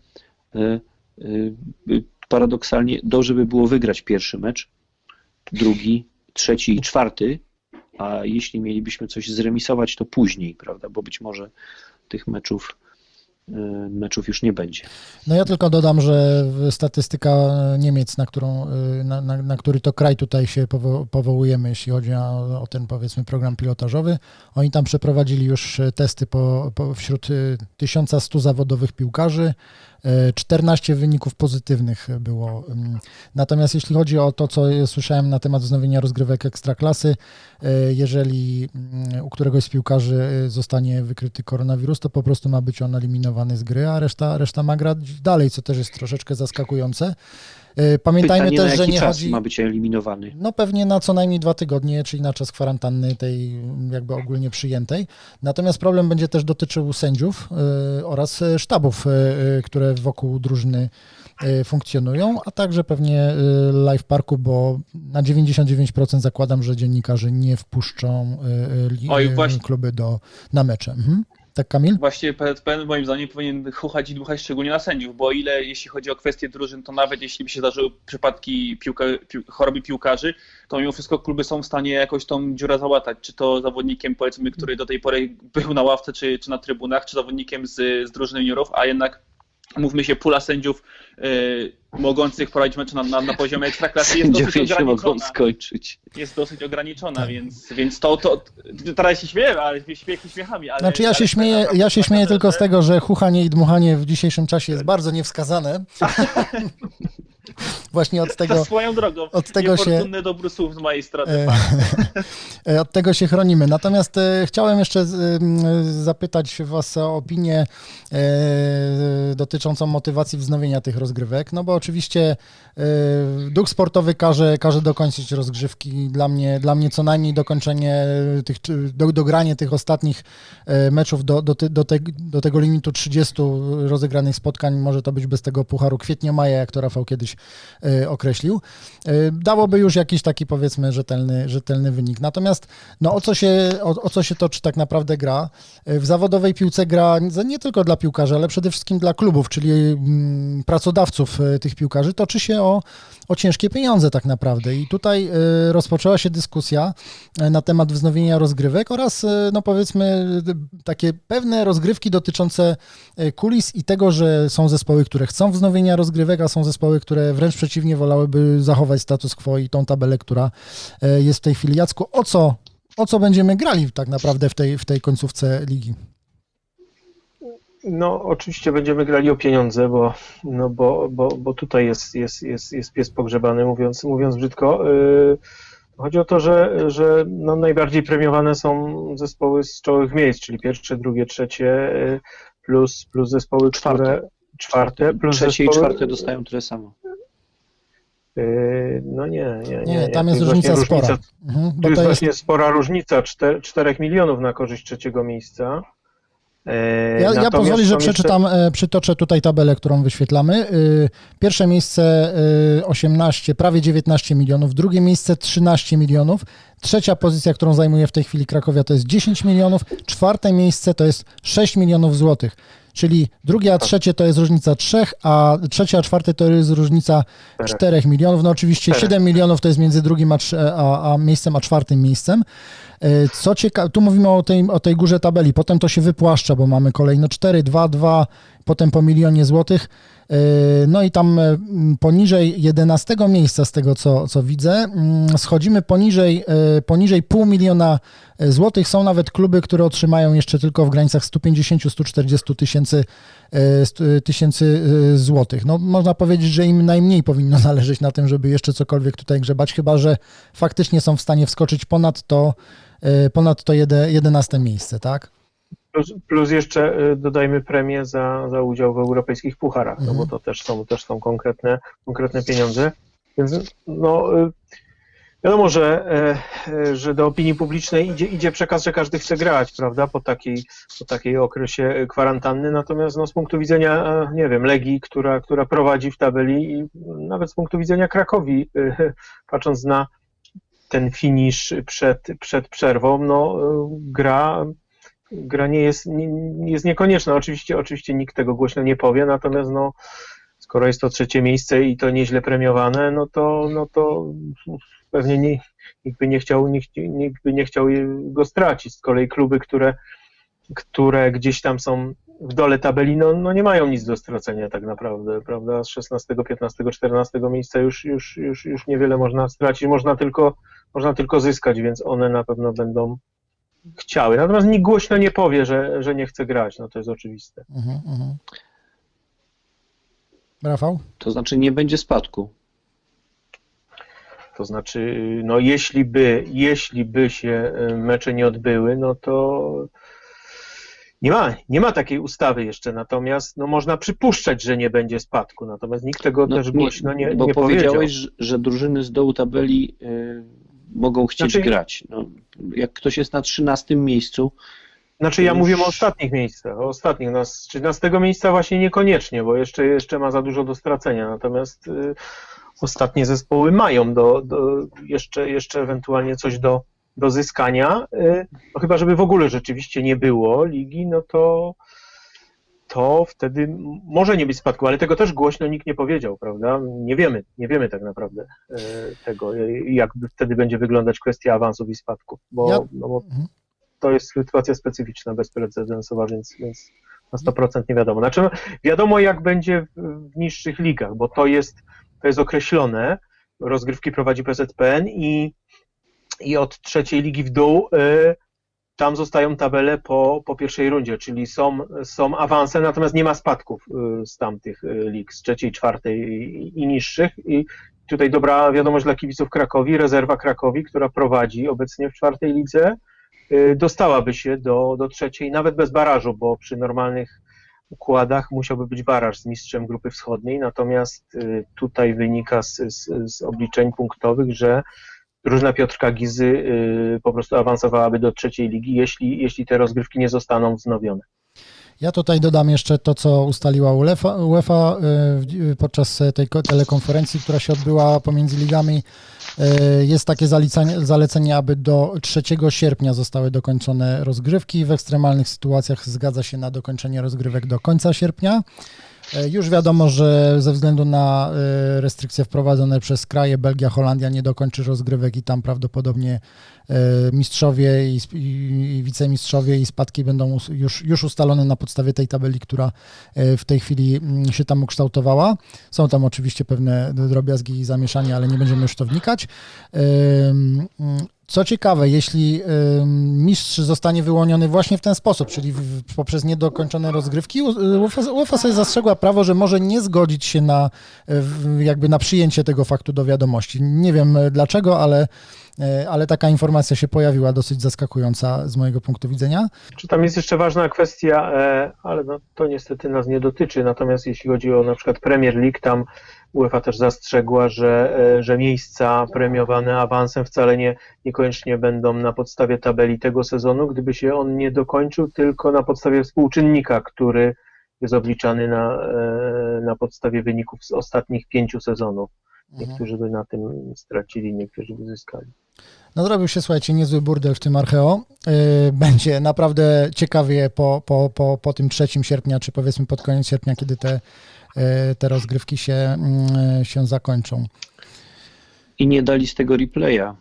paradoksalnie dobrze by było wygrać pierwszy mecz, drugi, trzeci i czwarty, a jeśli mielibyśmy coś zremisować, to później, prawda, bo być może tych meczów już nie będzie. No ja tylko dodam, że statystyka Niemiec, na który to kraj tutaj się powołujemy, jeśli chodzi o ten, powiedzmy, program pilotażowy, oni tam przeprowadzili już testy wśród 1100 zawodowych piłkarzy, 14 wyników pozytywnych było. Natomiast jeśli chodzi o to, co słyszałem na temat wznowienia rozgrywek Ekstraklasy, jeżeli u któregoś z piłkarzy zostanie wykryty koronawirus, to po prostu ma być on eliminowany z gry, a reszta ma grać dalej, co też jest troszeczkę zaskakujące. Pamiętajmy Pytanie, też, że nie czas chodzi... ma być eliminowany? No pewnie na co najmniej 2 tygodnie, czyli na czas kwarantanny tej jakby ogólnie przyjętej. Natomiast problem będzie też dotyczył sędziów oraz sztabów, które wokół drużyny funkcjonują, a także pewnie live parku, bo na 99% zakładam, że dziennikarze nie wpuszczą kluby na mecze. Tak, Kamil? Właściwie PZPN moim zdaniem powinien chuchać i dmuchać szczególnie na sędziów, bo o ile jeśli chodzi o kwestie drużyn, to nawet jeśli by się zdarzyły przypadki choroby piłkarzy, to mimo wszystko kluby są w stanie jakoś tą dziurę załatać, czy to zawodnikiem, powiedzmy, który do tej pory był na ławce, czy na trybunach, czy zawodnikiem z drużyny juniorów, a jednak mówmy się, pula sędziów mogących prowadzić mecze na poziomie Ekstraklasy jest dosyć ograniczona. Mogą skończyć. Jest dosyć ograniczona, więc to teraz się śmieję, ale śmiechami. Ale, znaczy ja się śmieję tylko z tego, że chuchanie i dmuchanie w dzisiejszym czasie jest bardzo niewskazane. Właśnie od tego... Swoją drogą, niefortunny dobry słów z mojej strony. Od tego się chronimy. Natomiast chciałem jeszcze zapytać was o opinię dotyczącą motywacji wznowienia tych rozgrywek, no bo oczywiście duch sportowy każe dokończyć rozgrzewki. Dla mnie co najmniej dokończenie dogranie tych ostatnich meczów do tego limitu 30 rozegranych spotkań, może to być bez tego pucharu kwietnia-maja, jak to Rafał kiedyś określił, dałoby już jakiś taki, powiedzmy, rzetelny wynik. Natomiast no, o co się toczy tak naprawdę gra? W zawodowej piłce gra nie tylko dla piłkarzy, ale przede wszystkim dla klubów, czyli pracodawców tych piłkarzy, toczy się o ciężkie pieniądze tak naprawdę. I tutaj rozpoczęła się dyskusja na temat wznowienia rozgrywek oraz, no powiedzmy, takie pewne rozgrywki dotyczące kulis i tego, że są zespoły, które chcą wznowienia rozgrywek, a są zespoły, które wręcz przeciwnie wolałyby zachować status quo i tą tabelę, która jest w tej chwili. Jacku, o co będziemy grali tak naprawdę w tej końcówce ligi? No oczywiście będziemy grali o pieniądze, bo tutaj jest pies pogrzebany, mówiąc brzydko. Chodzi o to, że no najbardziej premiowane są zespoły z czołowych miejsc, czyli pierwsze, drugie, trzecie, plus zespoły, które czwarte, plus trzecie zespoły, i czwarte dostają tyle samo. No nie. Tam jest różnica spora. Tu jest właśnie spora różnica, 4 milionów na korzyść trzeciego miejsca. Ja pozwolę, że przytoczę tutaj tabelę, którą wyświetlamy. Pierwsze miejsce 18, prawie 19 milionów, drugie miejsce 13 milionów, trzecia pozycja, którą zajmuje w tej chwili Krakowia, to jest 10 milionów, czwarte miejsce to jest 6 milionów złotych. Czyli drugie a trzecie to jest różnica 3, a trzecie a czwarte to jest różnica 4 milionów. No oczywiście 7 milionów to jest między drugim a miejscem a czwartym miejscem. Co ciekawe, tu mówimy o tej górze tabeli, potem to się wypłaszcza, bo mamy kolejno 4, 2, 2, potem po milionie złotych. No i tam poniżej 11 miejsca, z tego co widzę, schodzimy poniżej 500 000 złotych. Są nawet kluby, które otrzymają jeszcze tylko w granicach 150-140 tysięcy złotych. No, można powiedzieć, że im najmniej powinno zależeć na tym, żeby jeszcze cokolwiek tutaj grzebać, chyba że faktycznie są w stanie wskoczyć ponad to 11 miejsce, tak? Plus jeszcze dodajmy premię za udział w europejskich pucharach, no bo to też są konkretne pieniądze. Więc no, wiadomo, że do opinii publicznej idzie przekaz, że każdy chce grać, prawda, po takiej okresie kwarantanny, natomiast no, z punktu widzenia, nie wiem, Legii, która prowadzi w tabeli i nawet z punktu widzenia Krakowi, patrząc na ten finisz przed przerwą, no gra nie jest niekonieczna. Oczywiście nikt tego głośno nie powie, natomiast no, skoro jest to trzecie miejsce i to nieźle premiowane, no to pewnie nikt by nie chciał go stracić. Z kolei kluby, które gdzieś tam są w dole tabeli, no nie mają nic do stracenia tak naprawdę, prawda? Z 16, 15, 14 miejsca już niewiele można stracić, można tylko zyskać, więc one na pewno będą chciały. Natomiast nikt głośno nie powie, że nie chce grać, no to jest oczywiste. Rafał? To znaczy nie będzie spadku. To znaczy, no jeśli by się mecze nie odbyły, no to nie ma takiej ustawy jeszcze, natomiast no, można przypuszczać, że nie będzie spadku, natomiast nikt tego też głośno nie powiedział. Bo powiedziałeś, że drużyny z dołu tabeli mogą chcieć grać. No, jak ktoś jest na 13 miejscu... Znaczy ja mówię o ostatnich miejscach, no, z 13 miejsca właśnie niekoniecznie, bo jeszcze ma za dużo do stracenia, natomiast ostatnie zespoły mają jeszcze ewentualnie coś do zyskania, no chyba żeby w ogóle rzeczywiście nie było ligi, no to wtedy może nie być spadku, ale tego też głośno nikt nie powiedział, prawda? Nie wiemy tak naprawdę tego, jak wtedy będzie wyglądać kwestia awansów i spadków, bo to jest sytuacja specyficzna, bezprecedensowa, więc na 100% nie wiadomo. Znaczy, wiadomo jak będzie w niższych ligach, bo to jest określone, rozgrywki prowadzi PZPN i od trzeciej ligi w dół tam zostają tabele po pierwszej rundzie, czyli są awanse, natomiast nie ma spadków z tamtych lig, z trzeciej, czwartej i niższych. I tutaj dobra wiadomość dla kibiców Krakowi, rezerwa Krakowi, która prowadzi obecnie w czwartej lidze, dostałaby się do trzeciej, nawet bez barażu, bo przy normalnych układach musiałby być baraż z mistrzem grupy wschodniej, natomiast tutaj wynika z obliczeń punktowych, że drużyna Piotrka Gizy po prostu awansowałaby do trzeciej ligi, jeśli te rozgrywki nie zostaną wznowione. Ja tutaj dodam jeszcze to, co ustaliła UEFA podczas tej telekonferencji, która się odbyła pomiędzy ligami. Jest takie zalecenie, aby do 3 sierpnia zostały dokończone rozgrywki. W ekstremalnych sytuacjach zgadza się na dokończenie rozgrywek do końca sierpnia. Już wiadomo, że ze względu na restrykcje wprowadzone przez kraje, Belgia, Holandia nie dokończy rozgrywek i tam prawdopodobnie mistrzowie i wicemistrzowie i spadki będą już ustalone na podstawie tej tabeli, która w tej chwili się tam ukształtowała. Są tam oczywiście pewne drobiazgi i zamieszania, ale nie będziemy już w to wnikać. Co ciekawe, jeśli mistrz zostanie wyłoniony właśnie w ten sposób, czyli poprzez niedokończone rozgrywki, UEFA sobie zastrzegła prawo, że może nie zgodzić się na przyjęcie tego faktu do wiadomości. Nie wiem dlaczego, ale taka informacja się pojawiła, dosyć zaskakująca z mojego punktu widzenia. Czy tam jest jeszcze ważna kwestia, ale no, to niestety nas nie dotyczy, natomiast jeśli chodzi o na przykład Premier League, tam UEFA też zastrzegła, że miejsca premiowane awansem wcale niekoniecznie będą na podstawie tabeli tego sezonu, gdyby się on nie dokończył, tylko na podstawie współczynnika, który jest obliczany na podstawie wyników z ostatnich 5 sezonów. Niektórzy by na tym stracili, niektórzy by zyskali. No zrobił się, słuchajcie, niezły burdel w tym Archeo. Będzie naprawdę ciekawie po tym 3 sierpnia, czy powiedzmy pod koniec sierpnia, kiedy te rozgrywki się zakończą. I nie dali z tego replaya.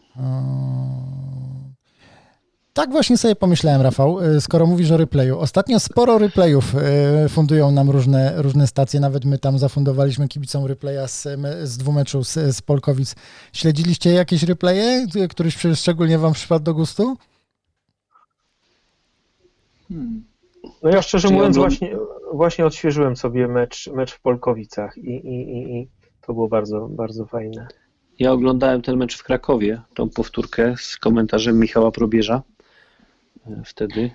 Tak właśnie sobie pomyślałem, Rafał, skoro mówisz o replayu. Ostatnio sporo replayów fundują nam różne stacje, nawet my tam zafundowaliśmy kibicom replaya z 2 meczów z Polkowic. Śledziliście jakieś replaye? Któryś szczególnie wam przypadł do gustu? No ja szczerze mówiąc właśnie odświeżyłem sobie mecz w Polkowicach i to było bardzo, bardzo fajne. Ja oglądałem ten mecz w Krakowie, tą powtórkę z komentarzem Michała Probierza. Wtedy,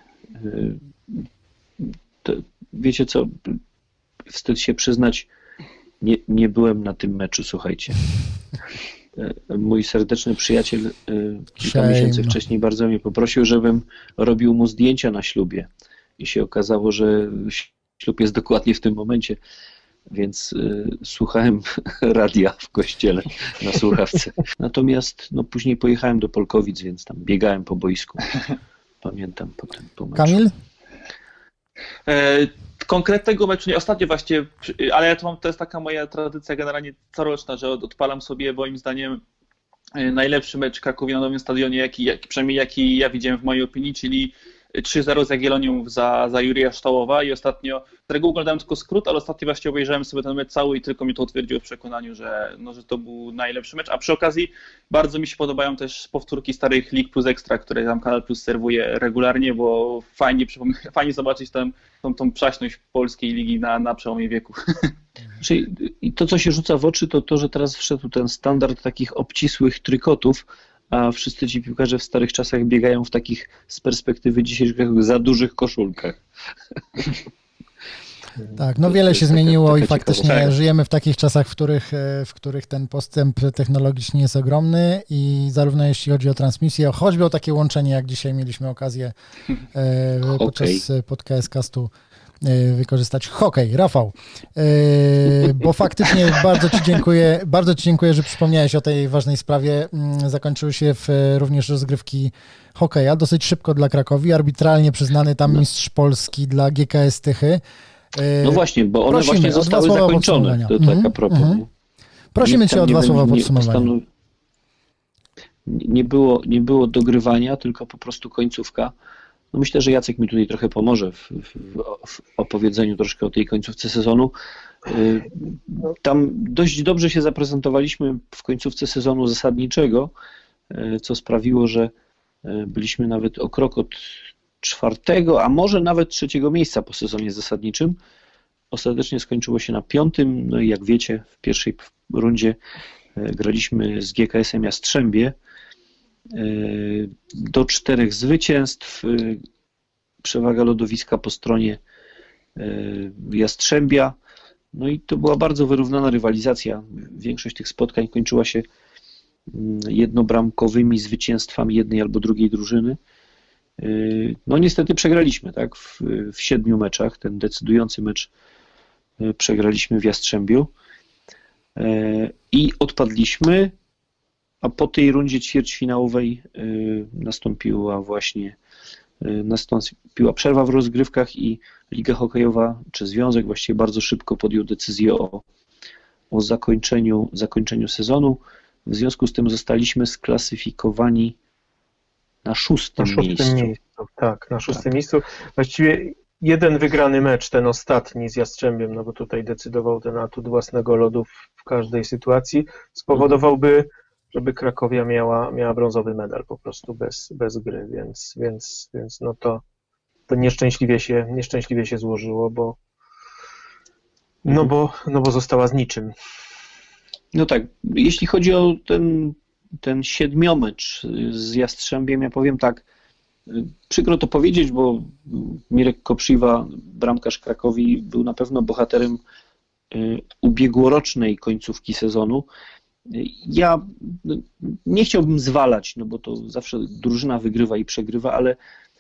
wiecie co, wstyd się przyznać, nie byłem na tym meczu, słuchajcie. Mój serdeczny przyjaciel kilka miesięcy wcześniej bardzo mnie poprosił, żebym robił mu zdjęcia na ślubie. I się okazało, że ślub jest dokładnie w tym momencie, więc słuchałem radia w kościele na słuchawce. Natomiast później pojechałem do Polkowic, więc tam biegałem po boisku. Pamiętam potem po meczu. Kamil? Konkretnego meczu nie, ostatnio właśnie, ale to jest taka moja tradycja generalnie coroczna, że odpalam sobie moim zdaniem najlepszy mecz Krakowi na nowym stadionie, przynajmniej jaki ja widziałem w mojej opinii, czyli 3-0 z Jagiellonią za Jurija Ształowa i ostatnio, z reguły oglądałem tylko skrót, ale ostatnio właśnie obejrzałem sobie ten mecz cały i tylko mnie to utwierdziło w przekonaniu, że to był najlepszy mecz, a przy okazji bardzo mi się podobają też powtórki starych Lig Plus Ekstra, które tam Kanal Plus serwuje regularnie, bo fajnie zobaczyć tą przaśność polskiej ligi na przełomie wieku. I to, co się rzuca w oczy, to, że teraz wszedł ten standard takich obcisłych trykotów, a wszyscy ci piłkarze w starych czasach biegają w takich z perspektywy dzisiejszych za dużych koszulkach. Tak, wiele się zmieniło i faktycznie żyjemy w takich czasach, w których ten postęp technologiczny jest ogromny i zarówno jeśli chodzi o transmisję, choćby o takie łączenie, jak dzisiaj mieliśmy okazję podczas Podcast-castu wykorzystać. Hokej, Rafał, bo faktycznie bardzo Ci dziękuję, że przypomniałeś o tej ważnej sprawie. Zakończyły się również rozgrywki hokeja, dosyć szybko dla Krakowi, arbitralnie przyznany tam mistrz Polski dla GKS Tychy. No właśnie, bo one właśnie zostały zakończone. To tak a propos. Prosimy Cię o 2 słowa podsumowania. Nie było dogrywania, tylko po prostu końcówka. Myślę, że Jacek mi tutaj trochę pomoże w opowiedzeniu troszkę o tej końcówce sezonu. Tam dość dobrze się zaprezentowaliśmy w końcówce sezonu zasadniczego, co sprawiło, że byliśmy nawet o krok od 4., a może nawet 3. miejsca po sezonie zasadniczym. Ostatecznie skończyło się na 5. No i jak wiecie, w pierwszej rundzie graliśmy z GKS-em Jastrzębie. Do 4 zwycięstw, przewaga lodowiska po stronie Jastrzębia. No i to była bardzo wyrównana rywalizacja. Większość tych spotkań kończyła się jednobramkowymi zwycięstwami jednej albo drugiej drużyny. No niestety przegraliśmy, tak? W 7 meczach. Ten decydujący mecz przegraliśmy w Jastrzębiu i odpadliśmy. A po tej rundzie ćwierćfinałowej nastąpiła przerwa w rozgrywkach i Liga Hokejowa, czy Związek właściwie bardzo szybko podjął decyzję o zakończeniu sezonu. W związku z tym zostaliśmy sklasyfikowani na 6. miejscu. Tak, na 6. miejscu. Właściwie jeden wygrany mecz, ten ostatni z Jastrzębiem, bo tutaj decydował ten atut własnego lodu w każdej sytuacji, spowodowałby, żeby Krakowia miała brązowy medal po prostu bez gry, więc to nieszczęśliwie się złożyło, bo została z niczym. No tak, jeśli chodzi o ten 7-mecz z Jastrzębiem, ja powiem tak, przykro to powiedzieć, bo Mirek Koprzywa, bramkarz Krakowi, był na pewno bohaterem ubiegłorocznej końcówki sezonu. Ja nie chciałbym zwalać, no bo to zawsze drużyna wygrywa i przegrywa, ale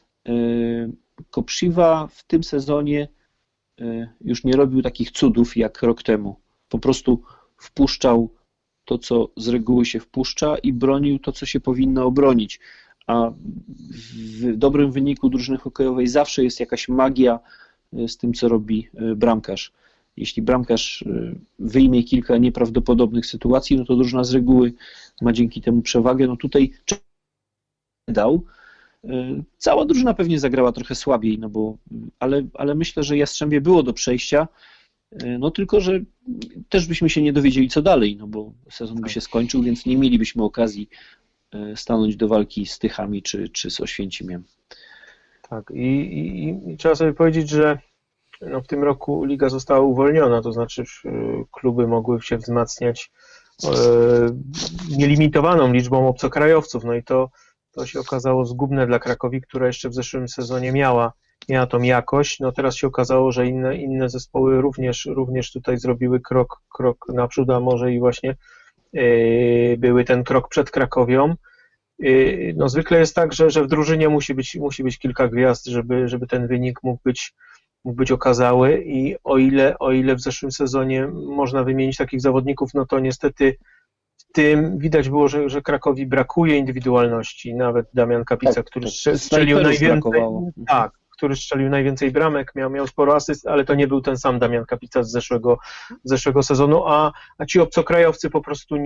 Koprzywa w tym sezonie już nie robił takich cudów jak rok temu. Po prostu wpuszczał to, co z reguły się wpuszcza i bronił to, co się powinno obronić. A w dobrym wyniku drużyny hokejowej zawsze jest jakaś magia z tym, co robi bramkarz. Jeśli bramkarz wyjmie kilka nieprawdopodobnych sytuacji, no to drużyna z reguły ma dzięki temu przewagę. No tutaj dał. Cała drużyna pewnie zagrała trochę słabiej, no bo, ale myślę, że Jastrzębie było do przejścia, no tylko, że też byśmy się nie dowiedzieli, co dalej, no bo sezon by się skończył, więc nie mielibyśmy okazji stanąć do walki z Tychami czy z Oświęcimiem. Tak, i trzeba sobie powiedzieć, że no w tym roku liga została uwolniona, to znaczy kluby mogły się wzmacniać nielimitowaną liczbą obcokrajowców, no i to się okazało zgubne dla Krakowi, która jeszcze w zeszłym sezonie miała tą jakość. No teraz się okazało, że inne zespoły również tutaj zrobiły krok naprzód, a może i właśnie były ten krok przed Krakowią. No zwykle jest tak, że w drużynie musi być kilka gwiazd, żeby ten wynik mógł być okazały i o ile w zeszłym sezonie można wymienić takich zawodników, no to niestety w tym widać było, że Krakowi brakuje indywidualności. Nawet Damian Kapica, który strzelił najwięcej, który strzelił najwięcej bramek, miał sporo asyst, ale to nie był ten sam Damian Kapica z zeszłego sezonu, a ci obcokrajowcy po prostu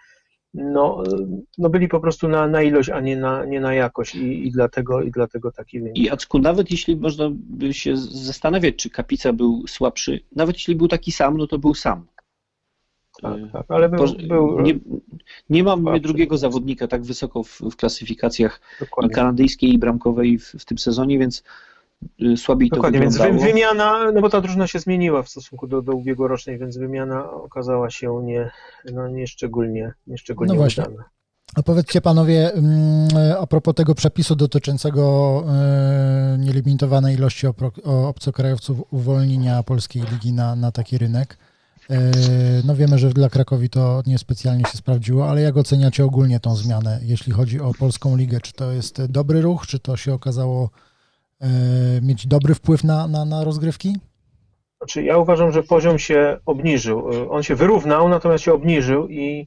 byli po prostu na ilość, a nie na jakość i dlatego taki wynik. I Jacku, nawet jeśli można by się zastanawiać, czy Kapica był słabszy, nawet jeśli był taki sam, no to był sam. Tak, ale nie mamy drugiego zawodnika tak wysoko w klasyfikacjach dokładnie. I kanadyjskiej, i bramkowej w tym sezonie, więc słabiej dokładnie, to wyglądało. Więc wymiana, no bo ta drużyna się zmieniła w stosunku do ubiegłorocznej, więc wymiana okazała się nieszczególnie no właśnie. udana. A powiedzcie panowie, a propos tego przepisu dotyczącego nielimitowanej ilości obcokrajowców, uwolnienia polskiej ligi na taki rynek. No wiemy, że dla Krakowi to niespecjalnie się sprawdziło, ale jak oceniacie ogólnie tą zmianę, jeśli chodzi o polską ligę? Czy to jest dobry ruch, czy to się okazało mieć dobry wpływ na rozgrywki? Znaczy, ja uważam, że poziom się obniżył. On się wyrównał, natomiast się obniżył i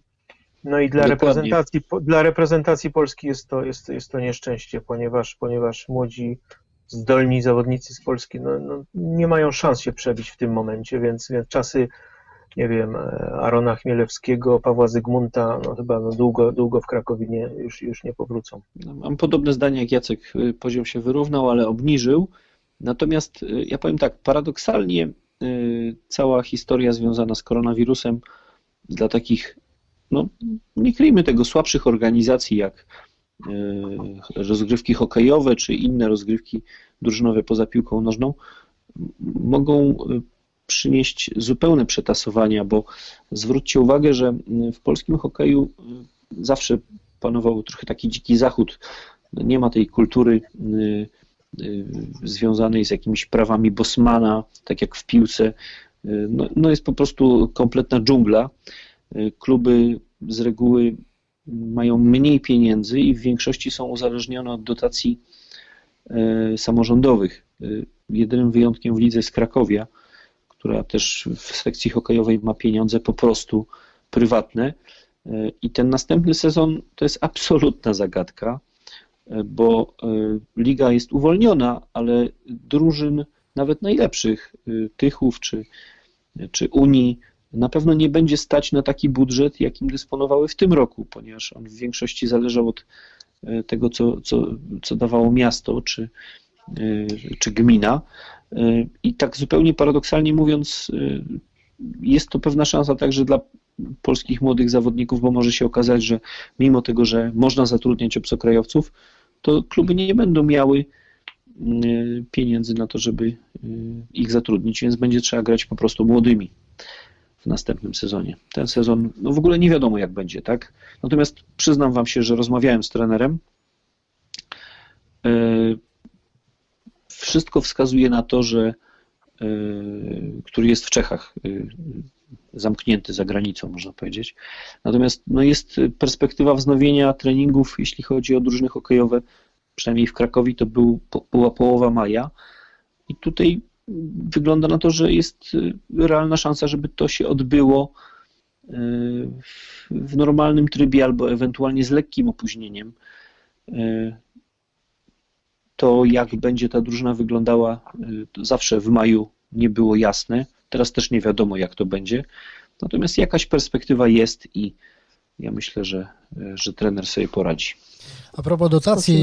dla reprezentacji Polski jest to nieszczęście, ponieważ młodzi, zdolni zawodnicy z Polski nie mają szans się przebić w tym momencie, więc czasy, nie wiem, Arona Chmielewskiego, Pawła Zygmunta, chyba długo w Krakowie już nie powrócą. Mam podobne zdanie jak Jacek. Poziom się wyrównał, ale obniżył. Natomiast ja powiem tak, paradoksalnie cała historia związana z koronawirusem dla takich, nie kryjmy tego, słabszych organizacji jak rozgrywki hokejowe czy inne rozgrywki drużynowe poza piłką nożną mogą przynieść zupełne przetasowania, bo zwróćcie uwagę, że w polskim hokeju zawsze panował trochę taki dziki zachód. Nie ma tej kultury związanej z jakimiś prawami Bosmana, tak jak w piłce. Jest po prostu kompletna dżungla. Kluby z reguły mają mniej pieniędzy i w większości są uzależnione od dotacji samorządowych. Jedynym wyjątkiem w lidze jest Krakowia, która też w sekcji hokejowej ma pieniądze po prostu prywatne. I ten następny sezon to jest absolutna zagadka, bo liga jest uwolniona, ale drużyn nawet najlepszych, Tychów czy Unii, na pewno nie będzie stać na taki budżet, jakim dysponowały w tym roku, ponieważ on w większości zależał od tego, co dawało miasto czy gmina. I tak zupełnie paradoksalnie mówiąc, jest to pewna szansa także dla polskich młodych zawodników, bo może się okazać, że mimo tego, że można zatrudniać obcokrajowców, to kluby nie będą miały pieniędzy na to, żeby ich zatrudnić, więc będzie trzeba grać po prostu młodymi w następnym sezonie. Ten sezon, w ogóle nie wiadomo jak będzie, tak? Natomiast przyznam wam się, że rozmawiałem z trenerem. Wszystko wskazuje na to, że który jest w Czechach, zamknięty za granicą, można powiedzieć. Natomiast no, jest perspektywa wznowienia treningów, jeśli chodzi o drużyny hokejowe, przynajmniej w Krakowie to była połowa maja i tutaj wygląda na to, że jest realna szansa, żeby to się odbyło w normalnym trybie albo ewentualnie z lekkim opóźnieniem. To jak będzie ta drużyna wyglądała, zawsze w maju nie było jasne. Teraz też nie wiadomo, jak to będzie. Natomiast jakaś perspektywa jest i ja myślę, że trener sobie poradzi. A propos dotacji,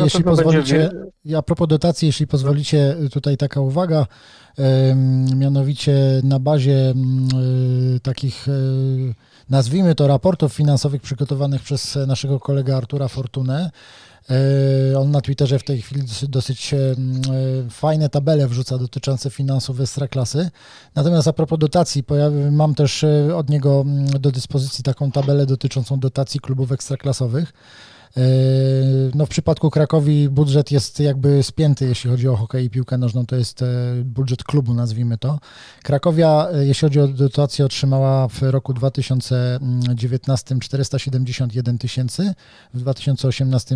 jeśli pozwolicie, tutaj taka uwaga, mianowicie na bazie takich, nazwijmy to, raportów finansowych przygotowanych przez naszego kolegę Artura Fortunę. On na Twitterze w tej chwili dosyć fajne tabele wrzuca dotyczące finansów Ekstraklasy. Natomiast a propos dotacji, mam też od niego do dyspozycji taką tabelę dotyczącą dotacji klubów ekstraklasowych. No w przypadku Krakowi budżet jest jakby spięty, jeśli chodzi o hokej i piłkę nożną, to jest budżet klubu, nazwijmy to. Krakowia, jeśli chodzi o dotację, otrzymała w roku 2019 471 tysięcy, w 2018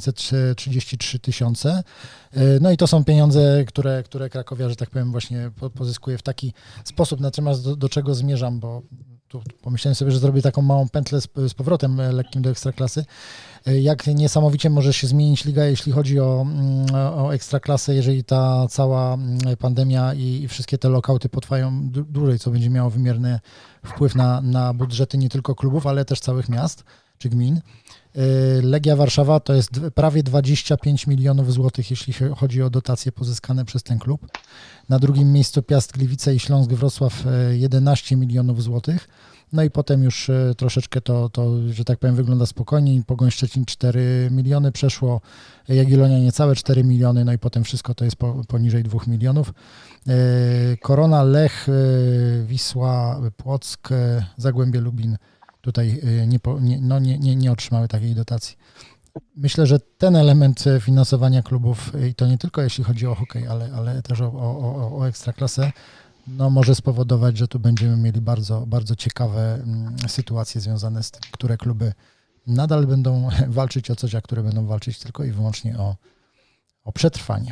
533 tysiące. No i to są pieniądze, które Krakowia, że tak powiem, właśnie pozyskuje w taki sposób. Natomiast do czego zmierzam, bo tu pomyślałem sobie, że zrobię taką małą pętlę z powrotem lekkim do Ekstraklasy. Jak niesamowicie może się zmienić liga, jeśli chodzi o Ekstraklasę, jeżeli ta cała pandemia i wszystkie te lokauty potrwają dłużej, co będzie miało wymierny wpływ na budżety nie tylko klubów, ale też całych miast czy gmin. Legia Warszawa to jest prawie 25 milionów złotych, jeśli chodzi o dotacje pozyskane przez ten klub. Na drugim miejscu Piast Gliwice i Śląsk Wrocław 11 milionów złotych. No i potem już troszeczkę to, że tak powiem, wygląda spokojniej. Pogoń Szczecin 4 miliony przeszło, Jagiellonia niecałe 4 miliony, no i potem wszystko to jest poniżej 2 milionów. Korona, Lech, Wisła, Płock, Zagłębie Lubin tutaj nie otrzymały takiej dotacji. Myślę, że ten element finansowania klubów, i to nie tylko jeśli chodzi o hokej, ale też o Ekstraklasę, no może spowodować, że tu będziemy mieli bardzo, bardzo ciekawe sytuacje związane z tym, które kluby nadal będą walczyć o coś, a które będą walczyć tylko i wyłącznie o przetrwanie.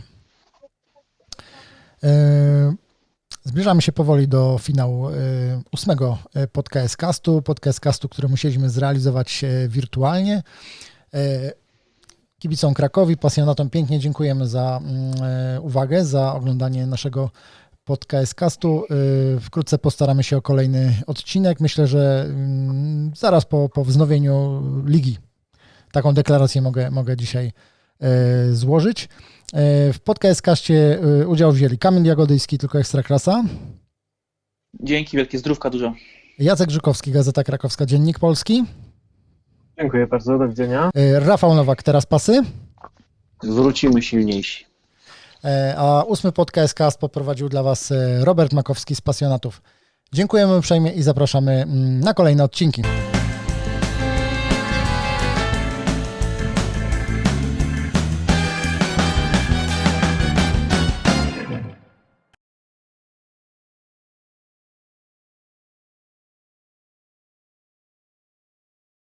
Zbliżamy się powoli do finału 8. podcast-castu, który musieliśmy zrealizować wirtualnie. Kibicom Krakowi, pasjonatom pięknie dziękujemy za uwagę, za oglądanie naszego podcast-castu. Wkrótce postaramy się o kolejny odcinek. Myślę, że zaraz po wznowieniu ligi taką deklarację mogę dzisiaj złożyć. W podcast-caście udział wzięli Kamil Jagodyjski, tylko Ekstraklasa. Dzięki, wielkie zdrówka dużo. Jacek Żukowski, Gazeta Krakowska, Dziennik Polski. Dziękuję bardzo, do widzenia. Rafał Nowak, Teraz Pasy. Wrócimy silniejsi. A 8. podcast poprowadził dla Was Robert Makowski z Pasjonatów. Dziękujemy uprzejmie i zapraszamy na kolejne odcinki.